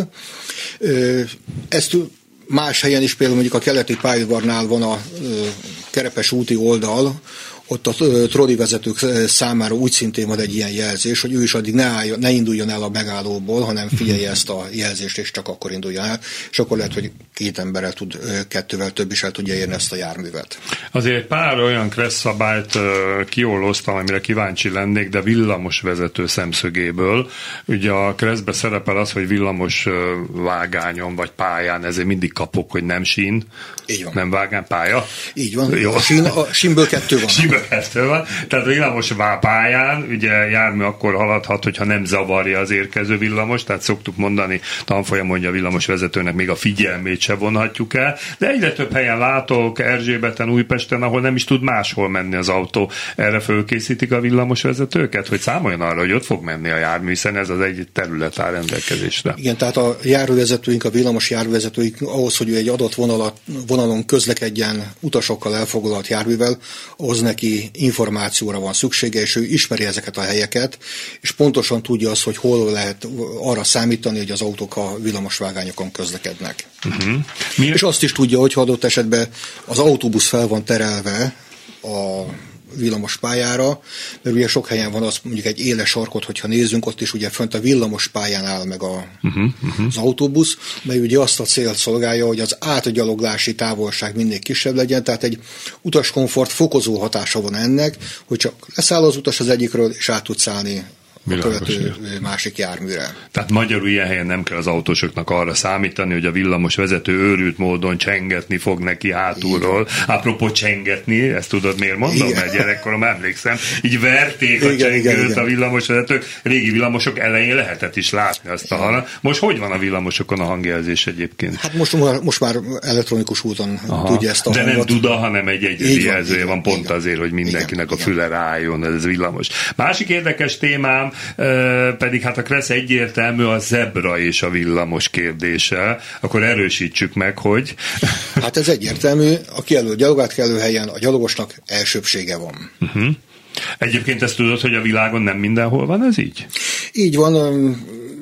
Ezt más helyen is, például mondjuk a keleti pályaudvarnál van a Kerepes úti oldal, ott a troli vezetők számára úgy szintén van egy ilyen jelzés, hogy ő is addig ne, álljon, ne induljon el a megállóból, hanem figyelje ezt a jelzést, és csak akkor induljon el, és akkor lehet, hogy két emberrel tud, kettővel több is el tudja érni ezt a járművet. Azért pár olyan kressz szabályt kiolóztam, amire kíváncsi lennék, de villamos vezető szemszögéből. Ugye a kresszbe szerepel az, hogy villamos vágányon vagy pályán, ezért mindig kapok, hogy nem sín, nem vágány, pálya. Így van. Jó. A, sín, a sínből kettő van. Sínből kettő van. Tehát a villamos pályán ugye jármű akkor haladhat, hogyha nem zavarja az érkező villamos, tehát szoktuk mondani tanfolyamon, hogy a villamos vezetőnek még a figyelmét se vonhatjuk el, de egyre több helyen látok, Erzsébeten, Újpesten, ahol nem is tud máshol menni az autó. Erre fölkészítik a villamos vezetőket, hogy számoljon arra, hogy ott fog menni a jármű, hiszen ez az egy terület áll rendelkezésre. Igen, tehát a járművezetőink, a villamos járművezetőink ahhoz, hogy egy adott vonalat, vonalon közlekedjen utasokkal elfoglalt járművel, ahhoz neki információra van szüksége, és ő ismeri ezeket a helyeket, és pontosan tudja azt, hogy hol lehet arra számítani, hogy az autók a villamosvágányokon közlekednek. Uh-huh. És azt is tudja, hogy adott esetben az autóbusz fel van terelve a villamos pályára, mert ugye sok helyen van az, mondjuk egy éles sarkot, hogyha nézzünk, ott is ugye fönt a villamos pályán áll meg a, uh-huh, uh-huh. az autóbusz, mely ugye azt a célt szolgálja, hogy az átgyaloglási távolság minél kisebb legyen, tehát egy utaskomfort fokozó hatása van ennek, hogy csak leszáll az utas az egyikről, és át tud szállni a követő másik járműre. Tehát magyarul ilyen helyen nem kell az autósoknak arra számítani, hogy a villamos vezető őrült módon csengetni fog neki hátulról. Apropó csengetni, ezt tudod miért mondom? Igen. Mert gyerekkorom emlékszem, így verték a igen, csengőt igen, a villamos vezetők. Régi villamosok elején lehetett is látni azt a halat. Most hogy van a villamosokon a hangjelzés egyébként? Hát most, most már elektronikus úton Aha. tudja ezt a De hangot. nem duda, hanem egy egyedi jelzője van, pont igen, azért, hogy mindenkinek igen, a füle rájön, ez villamos. Másik érdekes témám, pedig hát a kressz egyértelmű a zebra és a villamos kérdése, akkor erősítsük meg, hogy... Hát ez egyértelmű, a kijelölt gyalogátkelő helyen a gyalogosnak elsőbsége van. Uh-huh. Egyébként ezt tudod, hogy a világon nem mindenhol van ez így? Így van,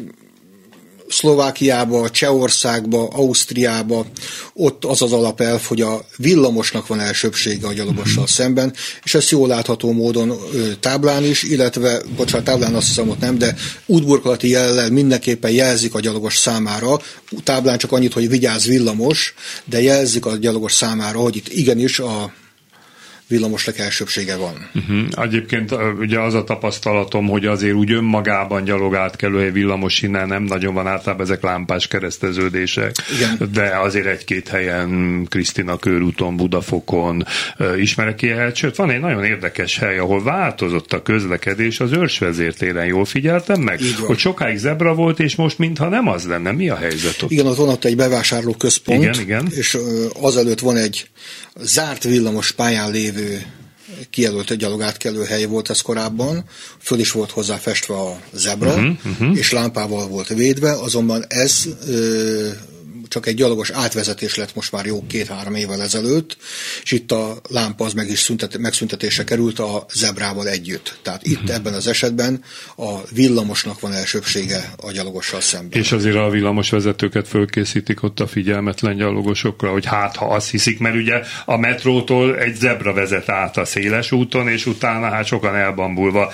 Szlovákiába, Csehországba, Ausztriába, ott az az alapelv, hogy a villamosnak van elsőbsége a gyalogossal mm. szemben, és ezt jól látható módon táblán is, illetve, bocsánat, táblán azt hiszem ott nem, de útburkolati jellel mindenképpen jelzik a gyalogos számára, táblán csak annyit, hogy vigyázz villamos, de jelzik a gyalogos számára, hogy itt igenis a villamosnak elsőbsége van. Uh-huh. Egyébként ugye az a tapasztalatom, hogy azért úgy önmagában gyalogátkelőhely villamos innen nem nagyon van, általában ezek lámpás kereszteződések, igen. De azért egy-két helyen, Krisztina körúton, Budafokon ismerek ilyen helyet, sőt van egy nagyon érdekes hely, ahol változott a közlekedés, az Őrsvezértéren, jól figyeltem meg, hogy sokáig zebra volt, és most mintha nem az lenne. Mi a helyzet ott? Igen, ott van ott egy bevásárlóközpont, igen, igen. És azelőtt van egy zárt villamos pályán lévő kijelölt gyalogátkelő hely volt ez korábban, föl is volt hozzá festve a zebra, uh-huh, uh-huh. és lámpával volt védve, azonban ez ö, csak egy gyalogos átvezetés lett most már jó két-három évvel ezelőtt, és itt a lámpa az meg is szüntet, megszüntetése került a zebrával együtt. Tehát itt uh-huh. ebben az esetben a villamosnak van elsőbsége a gyalogossal szemben. És azért a villamos vezetőket fölkészítik ott a figyelmetlen gyalogosokra, hogy hát ha azt hiszik, mert ugye a metrótól egy zebra vezet át a széles úton, és utána hát sokan elbambulva,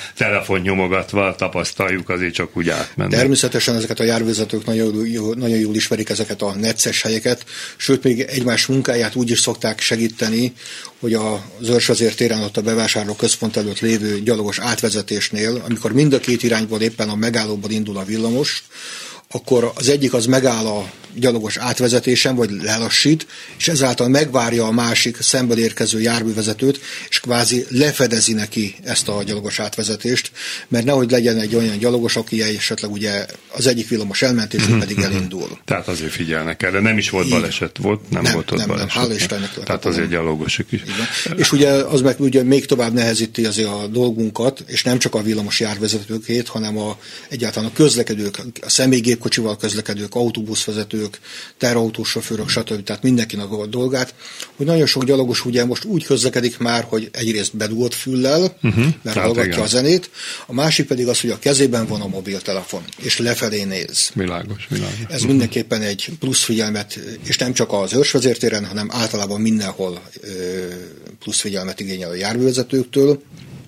telefonnyomogatva tapasztaljuk azért csak úgy átmenni. Természetesen ezeket a járvezetők nagyon, nagyon jól ismerik ezeket a necces helyeket, sőt még egymás munkáját úgy is szokták segíteni, hogy az Őrsvezér téren ott a bevásárló központ előtt lévő gyalogos átvezetésnél, amikor mind a két irányból éppen a megállóban indul a villamos, akkor az egyik az megáll a gyalogos átvezetésen, vagy lelassít, és ezáltal megvárja a másik szemből érkező járművezetőt, és kvázi lefedezi neki ezt a gyalogos átvezetést, mert nehogy legyen egy olyan gyalogos, aki esetleg ugye az egyik villamos elment, és pedig elindul. Tehát azért figyelnek erre. Nem is volt így. Baleset, volt? Nem, nem volt ott nem, baleset. Nem, hála Istennek. Tehát azért gyalogosok is. És ugye az meg ugye még tovább nehezíti azért a dolgunkat, és nem csak a villamos járvezetőkét, hanem a, egyáltalán a közlekedők, a személygépkocsival közlekedők, autóbuszvezetők, teherautósofőrök, stb. Tehát mindenkinek a dolgát, hogy nagyon sok gyalogos ugye most úgy közlekedik már, hogy egyrészt bedugott füllel, uh-huh, mert hallgatja a zenét, a másik pedig az, hogy a kezében van a mobiltelefon, és lefelé néz. Világos, világos. Ez uh-huh. mindenképpen egy plusz figyelmet, és nem csak az Őrsvezér téren, hanem általában mindenhol plusz figyelmet igényel a járművezetőktől.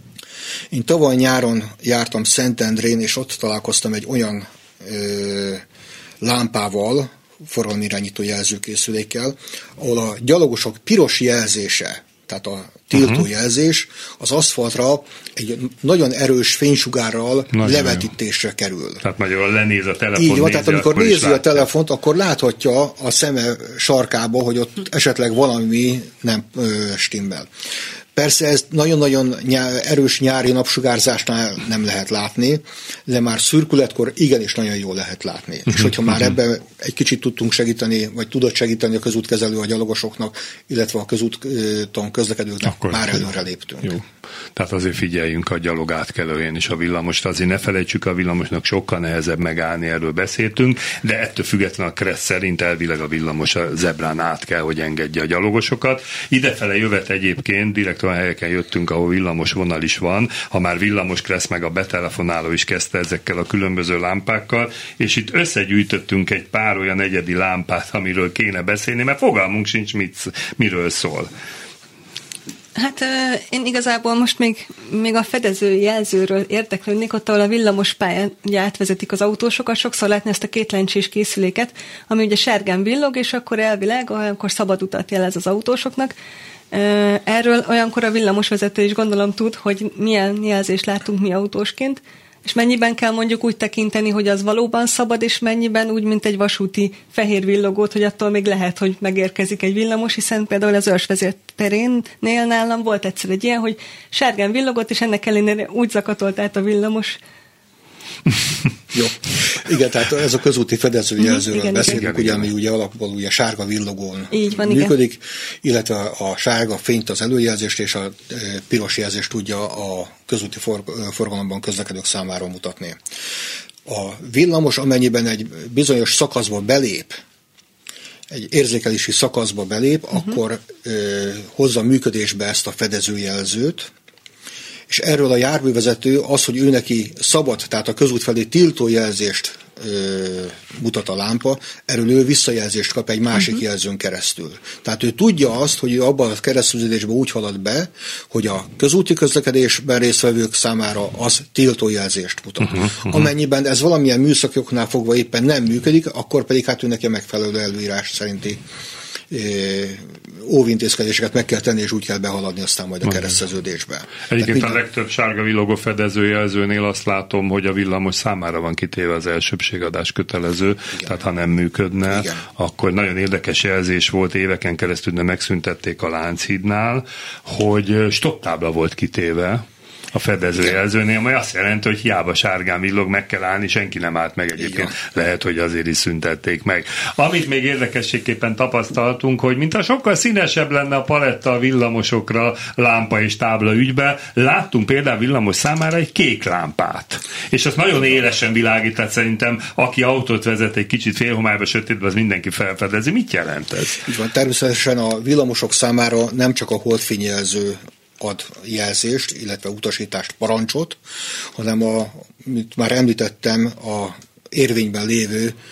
Én tavaly nyáron jártam Szentendrén, és ott találkoztam egy olyan ö, lámpával, forgalmirányító jelzőkészülékkel, ahol a gyalogosok piros jelzése, tehát a tiltó jelzés, az aszfaltra egy nagyon erős fénysugárral nagyon levetítésre jó. kerül. Tehát magyarul lenéz a telefon. Így van, tehát amikor nézi a telefont, akkor láthatja a szeme sarkába, hogy ott esetleg valami nem ö, stimmel. Persze ezt nagyon-nagyon nyá- erős nyári napsugárzásnál nem lehet látni, de már szürkületkor igenis nagyon jól lehet látni. És hogyha már ebben egy kicsit tudtunk segíteni, vagy tudott segíteni a közútkezelő a gyalogosoknak, illetve a közúton közlekedőknek, akkor már előre léptünk. Jó. Tehát azért figyeljünk a gyalog átkelőjén is a villamost, azért ne felejtsük, a villamosnak sokkal nehezebb megállni, erről beszéltünk, de ettől függetlenül a Kressz szerint elvileg a villamos a zebrán át kell, hogy engedje a gyalogosokat. Idefele jövet egyébként, direkt olyan helyeken jöttünk, ahol villamos vonal is van, ha már villamos Kressz meg a betelefonáló is kezdte ezekkel a különböző lámpákkal, és itt összegyűjtöttünk egy pár olyan egyedi lámpát, amiről kéne beszélni, mert fogalmunk sincs, mit, miről szól. Hát én igazából most még, még a fedező jelzőről érdeklődnék, ott ahol a villamos pályán ugye átvezetik az autósokat, sokszor látni ezt a két lencsés készüléket, ami ugye sárgán villog, és akkor elvileg olyankor szabad utat jelez az autósoknak. Erről olyankor a villamosvezető is gondolom tud, hogy milyen jelzést látunk mi autósként, és mennyiben kell mondjuk úgy tekinteni, hogy az valóban szabad, és mennyiben úgy, mint egy vasúti fehér villogót, hogy attól még lehet, hogy megérkezik egy villamos, hiszen például az Őrsvezér terénnél nálam volt egyszer egy ilyen, hogy sárgán villogott, és ennek ellenére úgy zakatolt át a villamos. Jó. Igen, tehát ez a közúti fedezőjelzőről igen, beszélünk, ugye, ami ugye alapból ugye sárga villogón van, működik, igen. Illetve a sárga fényt az előjelzést, és a piros jelzést tudja a közúti for, forgalomban közlekedők számára mutatni. A villamos, amennyiben egy bizonyos szakaszba belép, egy érzékelési szakaszba belép, uh-huh. akkor ö, hozza működésbe ezt a fedezőjelzőt, és erről a járművezető az, hogy ő neki szabad, tehát a közút felé tiltó jelzést ö, mutat a lámpa, erről ő visszajelzést kap egy másik uh-huh. jelzőn keresztül. Tehát ő tudja azt, hogy ő abban a keresztülésben úgy halad be, hogy a közúti közlekedésben résztvevők számára az tiltó jelzést mutat. Uh-huh. Uh-huh. Amennyiben ez valamilyen műszakoknál fogva éppen nem működik, akkor pedig hát ő neki megfelelő előírás szerinti óvintézkedéseket meg kell tenni, és úgy kell behaladni aztán majd a kereszteződésbe. Egyébként minden... a legtöbb sárga villogó fedezőjelzőnél azt látom, hogy a villamos számára van kitéve az elsőbségadás kötelező, igen. Tehát ha nem működne, igen. Akkor nagyon érdekes jelzés volt, éveken keresztül, de megszüntették a Lánchídnál, hogy stopptábla volt kitéve a fedezőjelzőnél, majd azt jelenti, hogy hiába sárgán villog, meg kell állni, senki nem állt meg egyébként. Lehet, hogy azért is szüntették meg. Amit még érdekességképpen tapasztaltunk, hogy mintha sokkal színesebb lenne a paletta a villamosokra, lámpa és tábla ügybe, láttunk például villamos számára egy kék lámpát. És az nagyon élesen világít, tehát szerintem aki autót vezet egy kicsit félhomályba, sötétben, az mindenki felfedezi. Mit jelent ez? Így van, természetesen a villamosok számára nem csak a holdfényjelző ad jelzést, illetve utasítást, parancsot, hanem a, mint már említettem, a érvényben lévő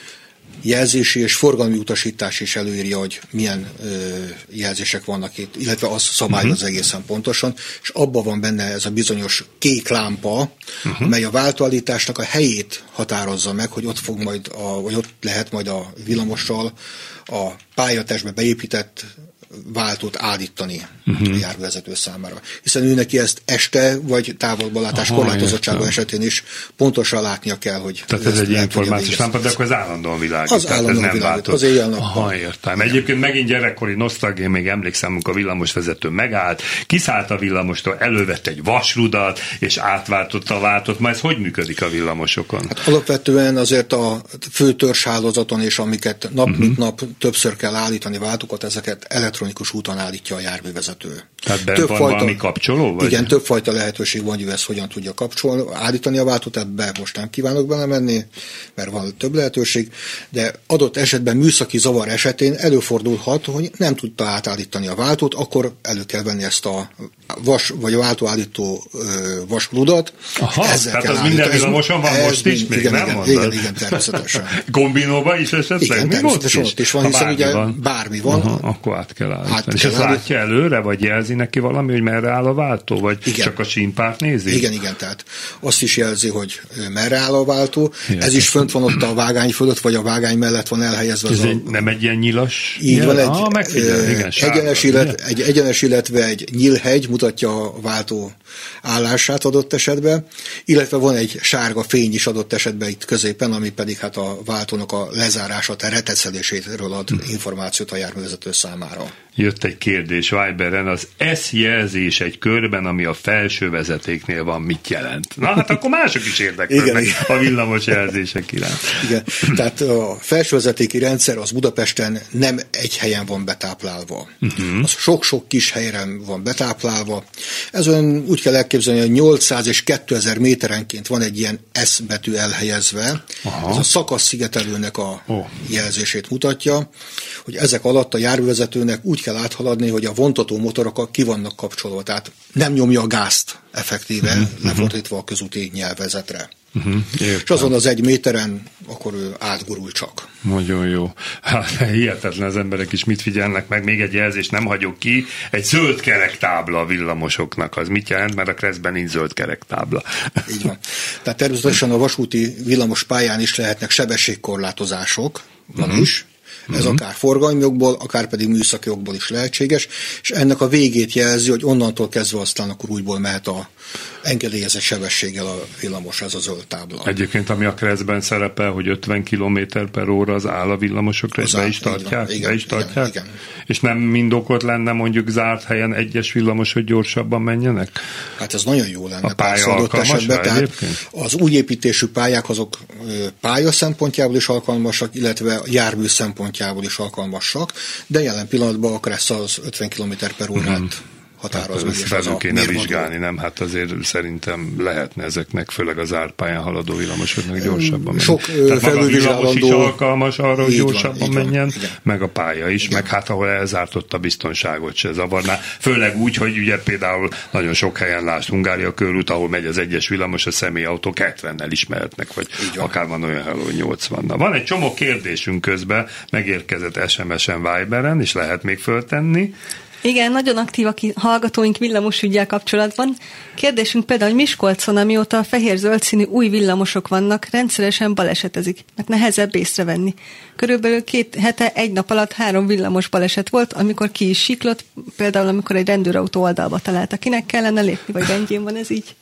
jelzési és forgalmi utasítás is előírja, hogy milyen ö, jelzések vannak itt, illetve az szabályoz uh-huh. egészen pontosan, és abban van benne ez a bizonyos kék lámpa, uh-huh. mely a váltóállításnak a helyét határozza meg, hogy ott fog majd, a, vagy ott lehet majd a villamossal a pályatestbe beépített váltót állítani uh-huh. a járművezető számára. Hiszen ő neki ezt este vagy távolbalátás korlátozottsága esetén is pontosan látnia kell, hogy... Tehát ez egy információs lámpa, de akkor az állandóan világít. Az állandóan világít, az éjjel-nappal. Aha, értem. Igen. Egyébként megint gyerekkori nosztalgia, még emlékszem, amikor a villamosvezető megállt, kiszállt a villamostól, elővett egy vasrudat, és átváltotta a váltót. Ma ez hogy működik a villamosokon? Hát alapvetően azért a fő törzshálózaton, és amiket nap uh-huh. mint nap többször kell állítani váltókat, ezeket elektronikus úton állítja a járművezető. Tehát benn van fajta, valami kapcsoló? Vagy? Igen, többfajta lehetőség van, hogy ezt hogyan tudja kapcsolni, állítani a váltót, ebbe most nem kívánok belemenni, mert van több lehetőség, de adott esetben műszaki zavar esetén előfordulhat, hogy nem tudta átállítani a váltót, akkor elő kell venni ezt a vas, vagy a váltóállító vasrudat. Aha, tehát az minden villamoson van most is, még igen, nem igen, mondod? Igen, igen, természetesen. Kombinóban is esetleg? Igen, természetesen ott is van, hiszen bármi ugye van. bármi van. Aha, akkor át kell állítani. És ezt látja előre, vagy jelzi neki valami, hogy merre áll a váltó, vagy igen. csak a sínpárt nézi? Igen, igen, tehát azt is jelzi, hogy merre áll a váltó. Ilyen. Ez is fönt van ott a vágány fölött, vagy a vágány mellett van elhelyezve. Ez az egy, a... nem egy ilyen nyilas? Így jel? van, egy, ah, megfigyel, igen, egyenes, illet, egy egyenes, illetve egy nyílhegy mutatja a váltó állását adott esetben, illetve van egy sárga fény is adott esetben itt középen, ami pedig hát a váltónak a lezárását, a reteszeléséről ad hmm. információt a járművezető számára. Jött egy kérdés Viberen, az S jelzés egy körben, ami a felső vezetéknél van, mit jelent? Na hát akkor mások is érdeklődnek a villamos jelzések iránt. Igen, tehát a felsővezetéki rendszer az Budapesten nem egy helyen van betáplálva. Uh-huh. Az sok-sok kis helyre van betáplálva. Ez olyan úgy kell elképzelni, hogy nyolcszáz és kétezer méterenként van egy ilyen S betű elhelyezve. Aha. Ez a szakaszszigetelőnek a oh. jelzését mutatja, hogy ezek alatt a járművezetőnek úgy kell áthaladni, hogy a vontató motorok ki vannak kapcsolva, tehát nem nyomja a gázt effektíve, uh-huh. lefordítva a közúti nyelvezetre. Uh-huh. És azon az egy méteren akkor ő átgurul csak. Nagyon jó. Hát hihetetlen, az emberek is mit figyelnek meg, még egy jelzést nem hagyok ki, egy zöld kerektábla a villamosoknak, az mit jelent, mert a Kreszben nincs zöld kerektábla. Így van. Tehát természetesen a vasúti villamos pályán is lehetnek sebességkorlátozások, van uh-huh. is. Ez uh-huh. akár forgalmi jogból, akár pedig műszaki jogból is lehetséges, és ennek a végét jelzi, hogy onnantól kezdve aztán akkor újból mehet a engedélyezett sebességgel a villamos, ez a zöld tábla. Egyébként, ami a Kreszben szerepel, hogy ötven kilométer per óra az áll a villamosokra, be is tartják? Igen, be is tartják? Igen, igen. És nem mindokot lenne mondjuk zárt helyen egyes villamos, hogy gyorsabban menjenek? Hát ez nagyon jó lenne. A pálya alkalmas rá egyébként? Az új építésű pályák azok pálya szempontjából is alkalmasak, illetve jármű szempontjából is alkalmasak, de jelen pillanatban a Kressz az ötven kilométer per órát mm. határoz meg. Hát felül kéne vizsgálni, nem? Hát azért szerintem lehetne ezeknek, főleg az árpályán haladó villamosoknak gyorsabban menni. Sok Tehát maga a villamos is alkalmas arra, hogy gyorsabban van, menjen, van, meg a pálya is, igen. meg hát ahol elzártott a biztonságot se zavarná. Főleg úgy, hogy ugye például nagyon sok helyen lásd Hungária körút, ahol megy az egyes villamos, a személyautók hetvennel is mehetnek, vagy akár van olyan hely, hogy nyolcvannal. Van egy csomó kérdésünk közben, megérkezett es em es-en, Viberen, és lehet még föltenni. Igen, nagyon aktívak hallgatóink villamosüggyel kapcsolatban. Kérdésünk például, hogy Miskolcon, amióta a fehér-zöld színű új villamosok vannak, rendszeresen balesetezik, mert nehezebb észrevenni. Körülbelül két hete, egy nap alatt három villamos baleset volt, amikor ki is siklott, például amikor egy rendőrautó oldalba találta. Kinek kellene lépni, vagy rendjén van ez így?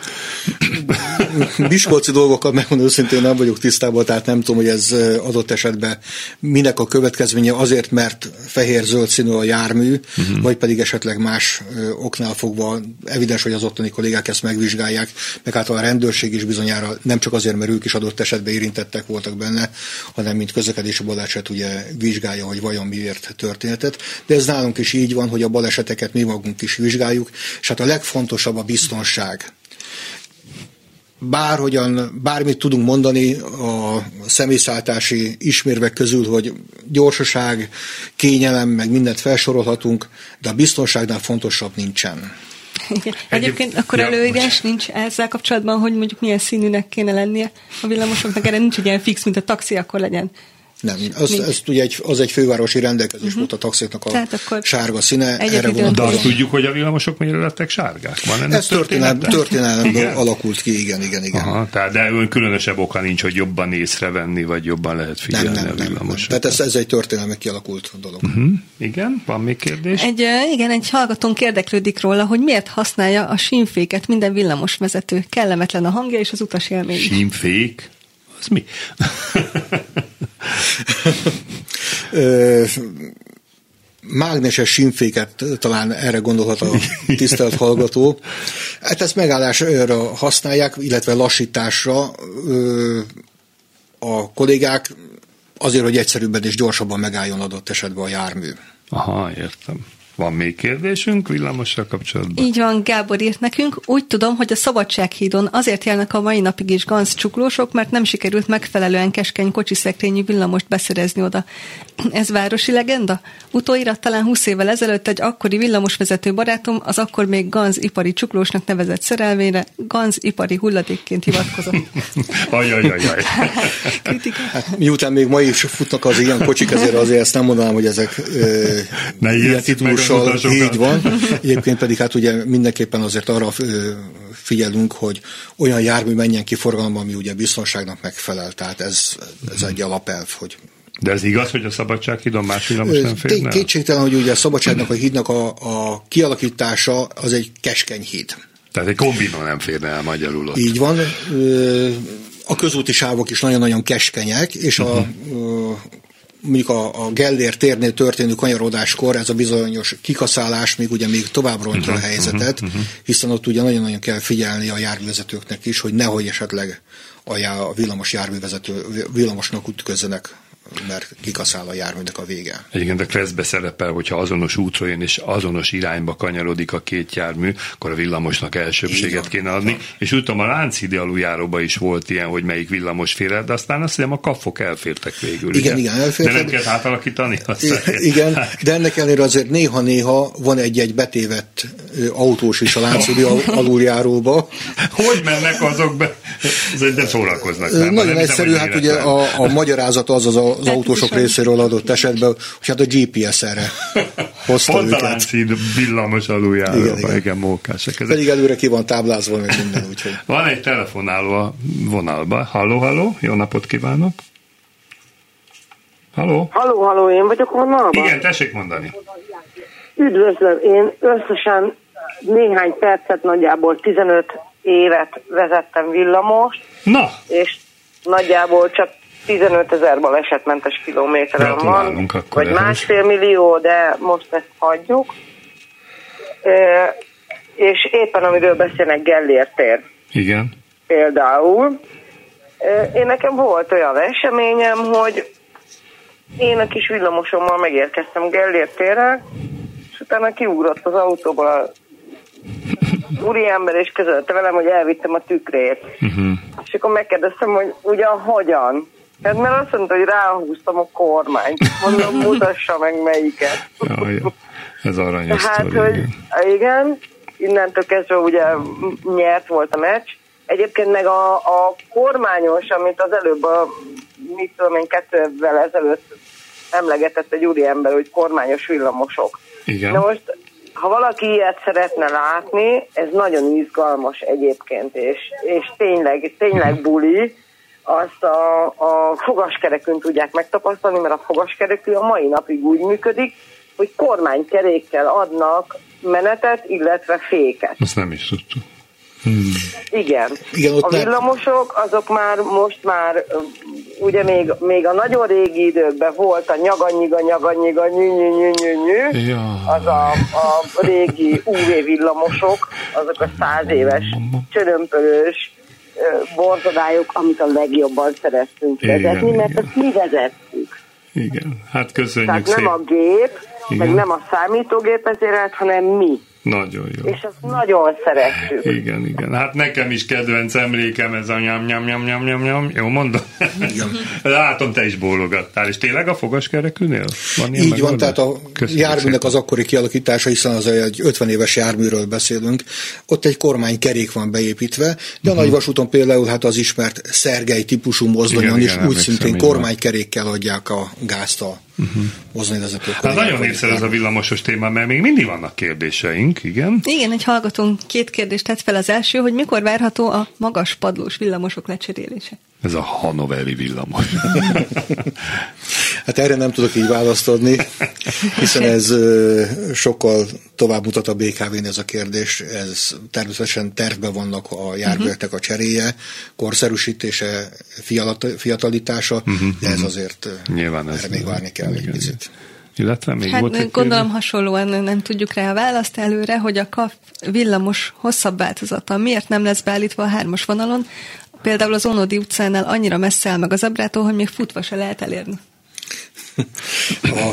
Miskolci dolgokkal megmondom őszintén nem vagyok tisztában, tehát nem tudom, hogy ez adott esetben minek a következménye, azért, mert fehér-zöld színű a jármű, uh-huh. vagy pedig esetleg más ö, oknál fogva evidens, hogy az ottani kollégák ezt megvizsgálják, meg hát a rendőrség is bizonyára nem csak azért, mert ők is adott esetben érintettek voltak benne, hanem mint közlekedési baleset ugye vizsgálja, hogy vajon miért történetet. De ez nálunk is így van, hogy a baleseteket mi magunk is vizsgáljuk, és hát a legfontosabb a biztonság. Bárhogyan, bármit tudunk mondani a személyszállítási ismérvek közül, hogy gyorsaság, kényelem, meg mindent felsorolhatunk, de a biztonságnál fontosabb nincsen. Igen. Egyébként akkor ja, előírás nincs ezzel kapcsolatban, hogy mondjuk milyen színűnek kéne lennie a villamosoknak, erre nincs egy ilyen fix, mint a taxi, akkor legyen Nem, az, az ugye egy, az egy fővárosi rendelkezés uh-huh. volt a taxiknak a sárga színe. Erre de azt tudjuk, hogy a villamosok miért lettek sárgák? Van ennek ez történelemből történelem alakult ki, igen, igen, igen. Aha, tehát, de ön különösebb oka nincs, hogy jobban észrevenni, vagy jobban lehet figyelni nem, nem, a villamosokat. Tehát ez, ez egy történelmi kialakult dolog. Uh-huh. Igen, van még kérdés? Egy, igen, egy hallgatónk érdeklődik róla, hogy miért használja a símféket minden villamosvezető. Kellemetlen a hangja és az utasélmény. Símfék? Az mi? Ö, mágneses símféket talán erre gondolhat a tisztelt hallgató. Hát ezt megállásra használják, illetve lassításra ö, a kollégák azért, hogy egyszerűbben és gyorsabban megálljon adott esetben a jármű. Aha, értem. Van még kérdésünk villamossal kapcsolatban? Így van, Gábor írt nekünk. Úgy tudom, hogy a Szabadsághídon azért járnak a mai napig is gansz csuklósok, mert nem sikerült megfelelően keskeny kocsiszekrényű villamost beszerezni oda. Ez városi legenda? Utóirat talán húsz évvel ezelőtt egy akkori villamosvezető barátom az akkor még gansz ipari csuklósnak nevezett szerelvényre gansz ipari hulladékként hivatkozott. Ajajajaj. Hát, miután még ma is futnak az ilyen kocsik, ezért azért ezt nem mondanám, hogy ezek ne ilyen titulussal így van. Egyébként pedig hát ugye mindenképpen azért arra figyelünk, hogy olyan jármű menjen ki forgalomba, ami ugye biztonságnak megfelel. Tehát ez, ez egy alapelv, hogy de ez igaz, hogy a Szabadsághídon más villamos nem férne? Kétségtelen, hogy ugye a Szabadságnak a hídnak a, a kialakítása az egy keskeny híd. Tehát egy kombinó nem férne el magyarul ott. Így van. A közúti sávok is nagyon-nagyon keskenyek, és a uh-huh. mondjuk a, a Gellért térnél történő kanyarodáskor ez a bizonyos kikaszálás még ugye még tovább rontja uh-huh. a helyzetet, uh-huh. hiszen ott ugye nagyon-nagyon kell figyelni a járművezetőknek is, hogy nehogy esetleg a, já, a villamos járművezető, villamosnak ütközzenek, mert kikaszál a járműnek a vége. Egyébként a Kreszbe szerepel, hogyha azonos útra jön és azonos irányba kanyarodik a két jármű, akkor a villamosnak elsőbséget kéne adni. És úgy tudom, a Lánchídi aluljáróban is volt ilyen, hogy melyik villamos fér el, de aztán azt hiszem a kaffok elfértek végül. Igen, ugye? igen, elfértek. De nem kell átalakítani? Igen, de ennek ellenére azért néha-néha van egy-egy betévett autós is a Lánchídi aluljáróba. Hogy mennek azok be? De szórakoznak. Nem? Nagyon nem egyszerű, hát ugye a, a magyarázat az az, az autósok részéről adott esetben, hogy hát a gé pé es erre hozta pont őket. Pont a Lánchíd villamos aluljáróba, igen, igen. igen, mókásak. Ezek. Pedig előre ki van táblázva, meg minden, úgyhogy. Van egy telefonáló a vonalba. Halló, halló, jó napot kívánok! Halló? Halló, halló, én vagyok vonalban? Igen, tessék mondani. Üdvözlöm, én összesen néhány percet, nagyjából tizenöt évet vezettem villamost. Na! És nagyjából csak tizenötezer balesetmentes kilométeren van, vagy másfél millió, de most ezt hagyjuk. E, és éppen amiről beszélnek, Gellért tér. Igen. Például. E, én nekem volt olyan eseményem, hogy én a kis villamosommal megérkeztem Gellért térre, és utána kiugrott az autóból a úriember, és közölte velem, hogy elvittem a tükrét. Uh-huh. És akkor megkérdeztem, hogy ugyan hogyan? Hát mert azt mondta, hogy ráhúztam a kormányt. Mondom, mutassa meg melyiket. Jaj, ez aranyos Tehát, sztori, hogy igen. igen, innentől kezdve ugye nyert volt a meccs. Egyébként meg a, a kormányos, amit az előbb a, mit tudom én, kettő évvel ezelőtt emlegetett egy úriember, hogy kormányos villamosok. Igen. Na most, ha valaki ilyet szeretne látni, ez nagyon izgalmas egyébként, és, és tényleg, tényleg buli, azt a, a fogaskerekűn tudják megtapasztalni, mert a fogaskerekű a mai napig úgy működik, hogy kormánykerékkel adnak menetet, illetve féket. Azt nem is tudtuk. Hmm. Igen. Igen, a villamosok, azok már most már, ugye még, még a nagyon régi időkben volt a nyaganyiga, nyaganyiga, nyű, nyű, nyű, nyű, nyű. Ja. Az a, a régi ú vé villamosok, azok a száz éves csörömpölős borzodályok, amit a legjobban szerettünk vezetni, igen, mert igen. Ezt mi vezettük. Igen, hát köszönjük Tehát szépen. nem a gép, igen. meg nem a számítógép ezért, hanem mi. Nagyon jó. És azt nagyon szeretjük. Igen, igen. Hát nekem is kedvenc emlékem ez a nyam, nyam, nyam, nyam, nyam, nyam. Jó mondom? Látom, te is bólogattál. És tényleg a fogaskerekűnél? Van így van, tehát a Köszönjük járműnek szépen. Az akkori kialakítása, hiszen az egy ötven éves járműről beszélünk, ott egy kormánykerék van beépítve, de uh-huh. a nagyvasúton például hát az ismert Szergely típusú mozdonyon is úgy szintén kormánykerékkel adják a gázt a uh-huh. mozdonyvezetők. Hát nagyon népszerű ez a villamosos téma, mert még mindig vannak kérdéseink, igen? Igen, egy hallgatónk két kérdést tett fel. Az első, hogy mikor várható a magas padlós villamosok lecserélése? Ez a hannoveri villamos. Hát erre nem tudok így választ adni, hiszen ez sokkal tovább mutat a bé ká vén ez a kérdés. Ez természetesen tervben vannak a járműveknek a cseréje, korszerűsítése, fiatalítása, uh-huh, de ez azért nyilván ez erre még várni kell egy picit. Illetve még hát volt egy gondolom kérdés? Hasonlóan nem tudjuk rá a választ előre, hogy a kaf villamos hosszabb változata miért nem lesz beállítva a hármas vonalon, például az Ónodi utcánál annyira messze áll meg az Ebrától, hogy még futva se lehet elérni. A,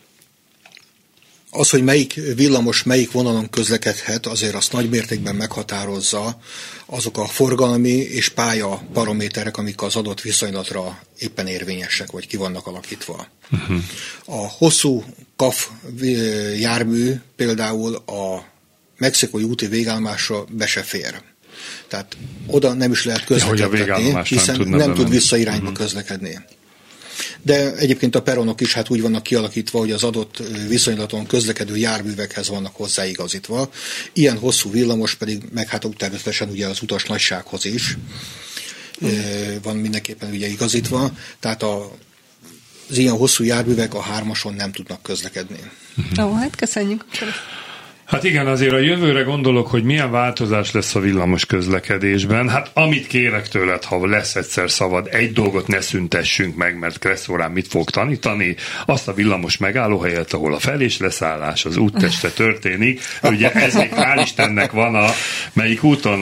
az, hogy melyik villamos melyik vonalon közlekedhet, azért azt nagy mértékben meghatározza azok a forgalmi és pálya paraméterek, amik az adott viszonylatra éppen érvényesek, vagy ki vannak alakítva. Uh-huh. A hosszú kaf jármű például a mexikói úti végállomásra be se fér. Tehát oda nem is lehet közlekedni, ja, hiszen nem, nem tud visszairányba uh-huh. közlekedni. De egyébként a peronok is hát úgy vannak kialakítva, hogy az adott viszonylaton közlekedő járművekhez vannak hozzáigazítva. Ilyen hosszú villamos pedig meg hát természetesen ugye az utas nagysághoz is uh-huh. van mindenképpen ugye igazítva. Tehát a, az ilyen hosszú járművek a hármason nem tudnak közlekedni. Uh-huh. Ó, hát köszönjük. Hát igen, azért a jövőre gondolok, hogy milyen változás lesz a villamos közlekedésben. Hát amit kérek tőled, ha lesz egyszer szabad, egy dolgot ne szüntessünk meg, mert Kresszórán mit fog tanítani, azt a villamos megállóhelyet, ahol a fel- és leszállás az útteste történik. Ugye ez még hál' Istennek van a melyik úton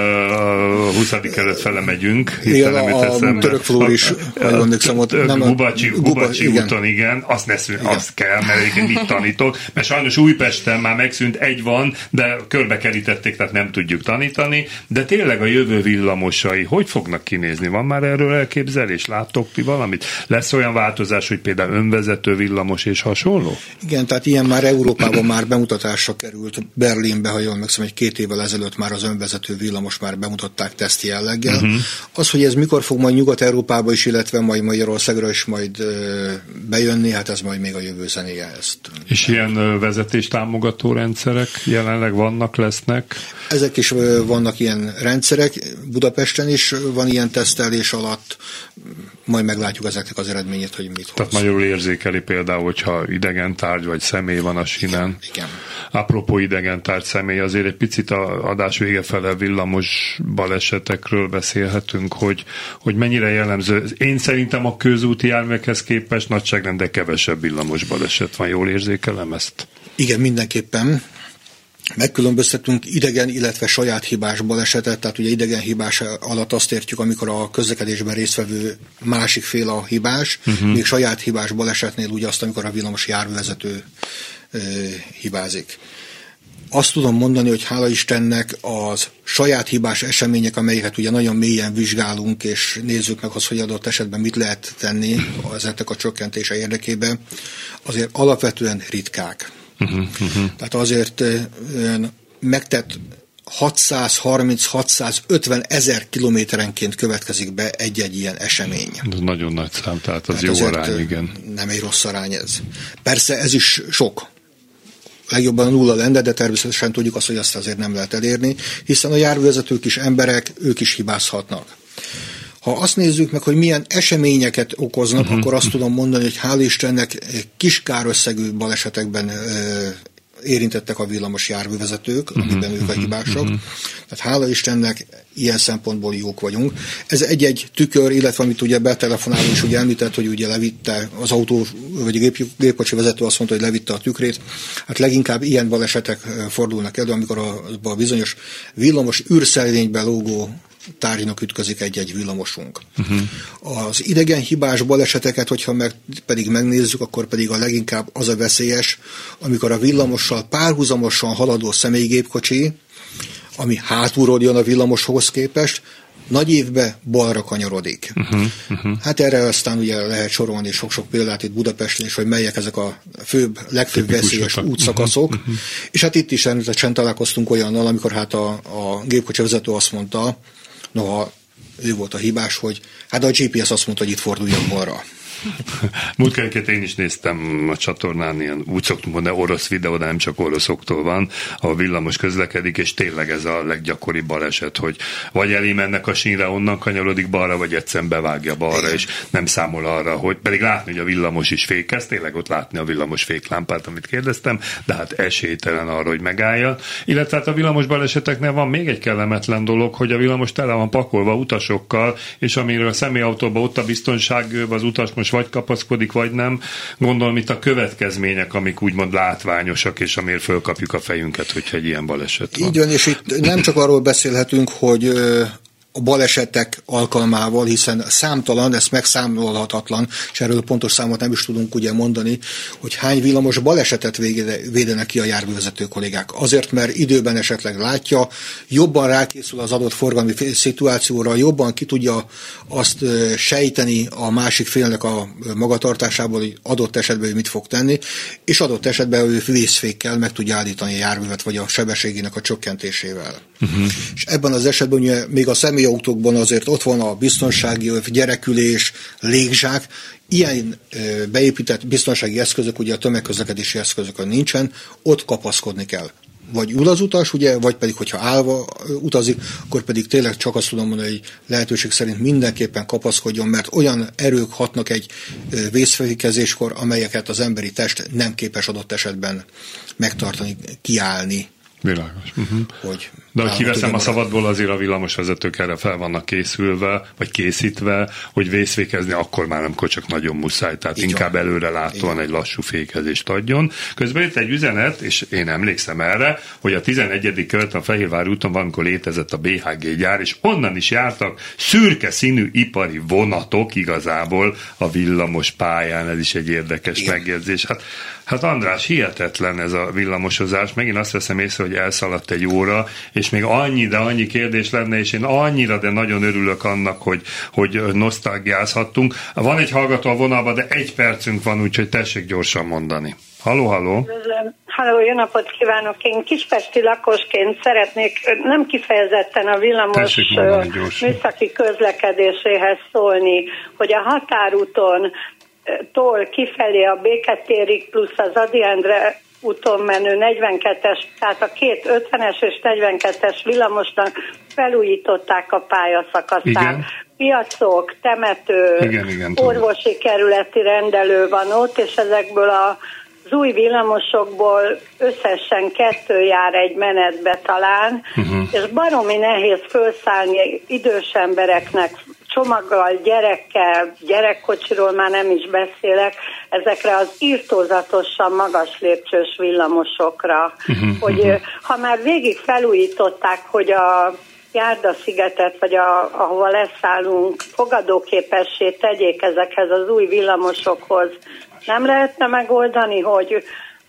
a huszadik előtt fele megyünk. Igen, a, a Törökfalur is, Gubacsi, Gubacsi úton, igen, azt, ne szűn, igen. azt kell, mert egyébként mit tanítok, mert sajnos Újpesten már megszűnt egy van, de körbekerítették, tehát nem tudjuk tanítani, de tényleg a jövő villamosai hogy fognak kinézni? Van már erről elképzelés? Láttok ti valamit? Lesz olyan változás, hogy például önvezető villamos és hasonló? Igen, tehát ilyen már Európában már bemutatásra került. Berlinbe, ha jól megszem, egy két évvel ezelőtt már az önvezető villamos már bemutatták teszt jelleggel. Uh-huh. Az, hogy ez mikor fog majd Nyugat-Európába is, illetve majd Magyarországra is majd ö, bejönni, hát ez majd még a jövő zenéje ezt. És ilyen ö, vezetés támogató rendszerek jelenleg vannak, lesznek? Ezek is vannak ilyen rendszerek, Budapesten is van ilyen tesztelés alatt, majd meglátjuk ezeknek az eredményét, hogy mit hoz. Tehát magyarul érzékeli például, hogyha idegen tárgy vagy személy van a sínen. Igen, igen. Apropó idegen tárgy személy, azért egy picit a adás vége fele villamos balesetekről beszélhetünk, hogy, hogy mennyire jellemző. Én szerintem a közúti járművekhez képest nagyságrendel kevesebb villamos baleset van. Jól érzékelem ezt? Igen, mindenképpen. Megkülönböztetünk idegen, illetve saját hibás balesetet, tehát ugye idegen hibás alatt azt értjük, amikor a közlekedésben résztvevő másik fél a hibás, uh-huh. még saját hibás balesetnél ugye azt, amikor a villamos járművezető ö, hibázik. Azt tudom mondani, hogy hála Istennek az saját hibás események, amelyeket ugye nagyon mélyen vizsgálunk, és nézzük meg az, hogy adott esetben mit lehet tenni ezeknek a csökkentése érdekében, azért alapvetően ritkák. Uh-huh, uh-huh. Tehát azért megtett hatszázharminc-hatszázötven ezer kilométerenként következik be egy-egy ilyen esemény. Ez nagyon nagy szám, tehát az tehát jó arány, igen. Nem egy rossz arány ez. Persze ez is sok. Legjobban a nulla lenne, de természetesen tudjuk azt, hogy azt azért nem lehet elérni, hiszen a járművezetők is emberek, ők is hibázhatnak. Ha azt nézzük meg, hogy milyen eseményeket okoznak, uh-huh. akkor azt tudom mondani, hogy hál' Istennek kis kárösszegű balesetekben ö, érintettek a villamos járművezetők, uh-huh. amiben ők a hibások. Uh-huh. Tehát hála Istennek ilyen szempontból jók vagyunk. Ez egy-egy tükör, illetve amit ugye betelefonáló is ugye említett, hogy ugye levitte az autó, vagy a gép, gépkocsi vezető azt mondta, hogy levitte a tükrét. Hát leginkább ilyen balesetek fordulnak elő, amikor a, a bizonyos villamos űrszelvényben lógó tárgynak ütközik egy-egy villamosunk. Uh-huh. Az idegen hibás baleseteket, hogyha meg, pedig megnézzük, akkor pedig a leginkább az a veszélyes, amikor a villamossal párhuzamosan haladó személygépkocsi, ami hátulról jön a villamoshoz képest, nagy évbe balra kanyarodik. Uh-huh, uh-huh. Hát erre aztán ugye lehet sorolni sok-sok példát itt Budapesten is, hogy melyek ezek a főbb, legfőbb veszélyes útszakaszok. Uh-huh, uh-huh. És hát itt is természetesen találkoztunk olyannal, amikor hát a, a gépkocsi vezető azt mondta, noha ő volt a hibás, hogy hát a gé pé es azt mondta, hogy itt forduljon balra. Múltkörként én is néztem a csatornán, ilyen, úgy szoktunk mondani, orosz videó, de nem csak oroszoktól van, a villamos közlekedik, és tényleg ez a leggyakoribb baleset, hogy vagy elé mennek a sínre, onnan kanyarodik balra, vagy egyszerűen bevágja balra, és nem számol arra, hogy pedig látni, hogy a villamos is fékez, tényleg ott látni a villamos féklámpát, amit kérdeztem, de hát esélytelen arra, hogy megállja. Illetve hát a villamos baleseteknél van még egy kellemetlen dolog, hogy a villamos tele van pakolva utasokkal, és amiről a személyautóban ott a biztonság, az utas most vagy kapaszkodik, vagy nem. Gondolom itt a következmények, amik úgymond látványosak, és amiért fölkapjuk a fejünket, hogyha egy ilyen baleset van. Így van, és itt nem csak arról beszélhetünk, hogy a balesetek alkalmával, hiszen számtalan, ez megszámolhatatlan, és erről pontos számot nem is tudunk ugye mondani, hogy hány villamos balesetet védenek ki a járművezető kollégák. Azért, mert időben esetleg látja, jobban rákészül az adott forgalmi szituációra, jobban ki tudja azt sejteni a másik félnek a magatartásából, hogy adott esetben ő mit fog tenni, és adott esetben ő vészfékkel meg tudja állítani a járművet, vagy a sebességének a csökkentésével. Uh-huh. És ebben az esetben ugye még a személyautókban azért ott van a biztonsági gyerekülés, légzsák, ilyen beépített biztonsági eszközök, ugye a tömegközlekedési eszközökön nincsen, ott kapaszkodni kell. Vagy ül az utas, ugye, vagy pedig, hogyha állva utazik, akkor pedig tényleg csak azt tudom mondani, hogy lehetőség szerint mindenképpen kapaszkodjon, mert olyan erők hatnak egy vészfékezéskor, amelyeket az emberi test nem képes adott esetben megtartani, kiállni. Világos. Uh-huh. Hogy de hogy kiveszem a szabadból, azért a villamosvezetők erre fel vannak készülve, vagy készítve, hogy vészfékezni akkor már nem csak nagyon muszáj, tehát így inkább van. Előre látóan egy lassú fékezést adjon. Közben itt egy üzenet, és én emlékszem erre, hogy a tizenegyedik kerületen a Fehérvári úton valamikor létezett a bé há gé gyár, és onnan is jártak szürke színű ipari vonatok igazából a villamos pályán, ez is egy érdekes igen. megjegyzés. Hát, hát András, hihetetlen ez a villamosozás, megint azt veszem észre, hogy elszaladt egy óra, és még annyi, de annyi kérdés lenne, és én annyira, de nagyon örülök annak, hogy, hogy nosztalgiázhattunk. Van egy hallgató a vonalban, de egy percünk van, úgyhogy tessék gyorsan mondani. Halló, halló! Halló, jó napot kívánok! Én kispesti lakosként szeretnék nem kifejezetten a villamos műszaki közlekedéséhez szólni, hogy a határúton tól kifelé a Béketérig plusz az Ady Endre úton menő negyvenkettes, tehát a két ötvenes és negyvenkettes villamosnak felújították a pályaszakaszát. Igen. Piacok, temető, igen, igen, orvosi kerületi rendelő van ott, és ezekből a az új villamosokból összesen kettő jár egy menetbe talán, uh-huh. és baromi nehéz felszállni idős embereknek, csomaggal, gyerekkel, gyerekkocsiról már nem is beszélek, ezekre az irtózatosan magas lépcsős villamosokra, uh-huh, hogy uh-huh. ha már végig felújították, hogy a Járdaszigetet, vagy a, ahova leszállunk, fogadóképessé tegyék ezekhez az új villamosokhoz, nem lehetne megoldani, hogy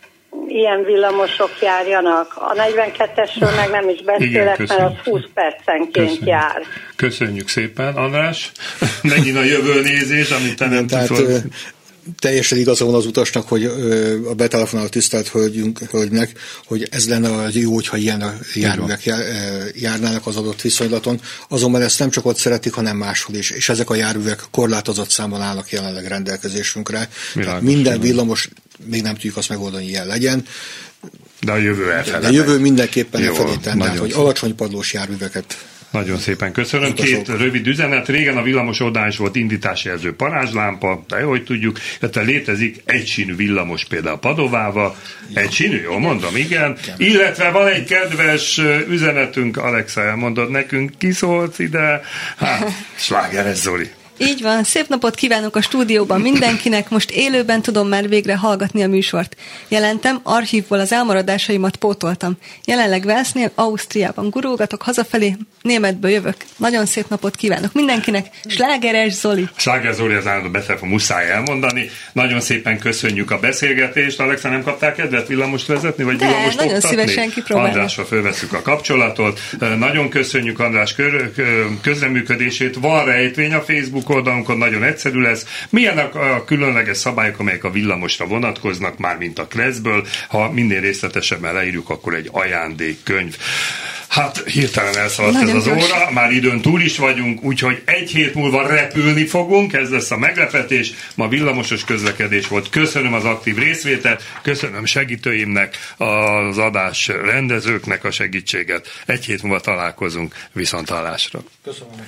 ilyen villamosok járjanak. A negyvenkettesről meg nem is beszélek, igen, mert az húsz percenként köszönjük. Jár. Köszönjük szépen, András. Megint a jövő nézés, amit te nem tudsz. Teljesen igaza van az utasnak, hogy a betelefonáló tisztelt hölgyünk, hölgynek, hogy ez lenne a jó, hogyha ilyen járművek járnának az adott viszonylaton. Azonban ezt nem csak ott szeretik, hanem máshol is. És ezek a járművek korlátozott számban állnak jelenleg rendelkezésünkre. Világos, minden villamos, még nem tudjuk azt megoldani, ilyen legyen. De a jövő elfelé. A jövő mindenképpen elfelé tenni, hogy alacsony padlós járműveket. Nagyon szépen köszönöm. Két rövid üzenet. Régen a villamos oldalán is volt indításjelző parázslámpa, de hogy tudjuk, tehát létezik egysínű villamos például Padovával. Egysínű, jól mondom, igen. Illetve van egy kedves üzenetünk, Alexa elmondod nekünk, kiszólsz ide? Hát, slágeres Zoli. Így van, szép napot kívánok a stúdióban mindenkinek, most élőben tudom már végre hallgatni a műsort. Jelentem, archívból az elmaradásaimat pótoltam. Jelenleg Velsznél, Ausztriában gurulgatok, hazafelé, németből jövök. Nagyon szép napot kívánok mindenkinek, Slágeres Zoli. Sláger Zoli az állandó betelefon, muszáj elmondani. Nagyon szépen köszönjük a beszélgetést. Alexa, nem kaptál kedvet villamost vezetni, vagy De, villamost nagyon oktatni? szívesen kipróbálom. Andrással fölvesszük a kapcsolatot. Nagyon köszönjük András közreműködését. Van rejtvény a Facebook oldalunkon, nagyon egyszerű lesz. Milyenek a különleges szabályok, amelyek a villamosra vonatkoznak, már mint a Kreszből. Ha minél részletesebben leírjuk, akkor egy ajándékkönyv. Hát hirtelen elszaladt nagyon ez az gyors. Óra, már időn túl is vagyunk, úgyhogy egy hét múlva repülni fogunk, ez lesz a meglepetés. Ma villamosos közlekedés volt. Köszönöm az aktív részvételt, köszönöm segítőimnek, az adás rendezőknek a segítséget. Egy hét múlva találkozunk, viszonthallásra. Köszönöm.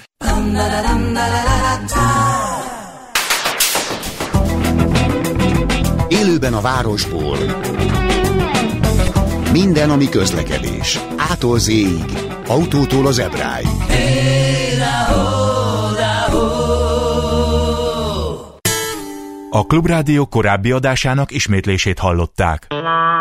Élőben a városból. Minden, ami közlekedés. Ától zéig. Autótól az Ebráig. A Klubrádió korábbi adásának ismétlését hallották.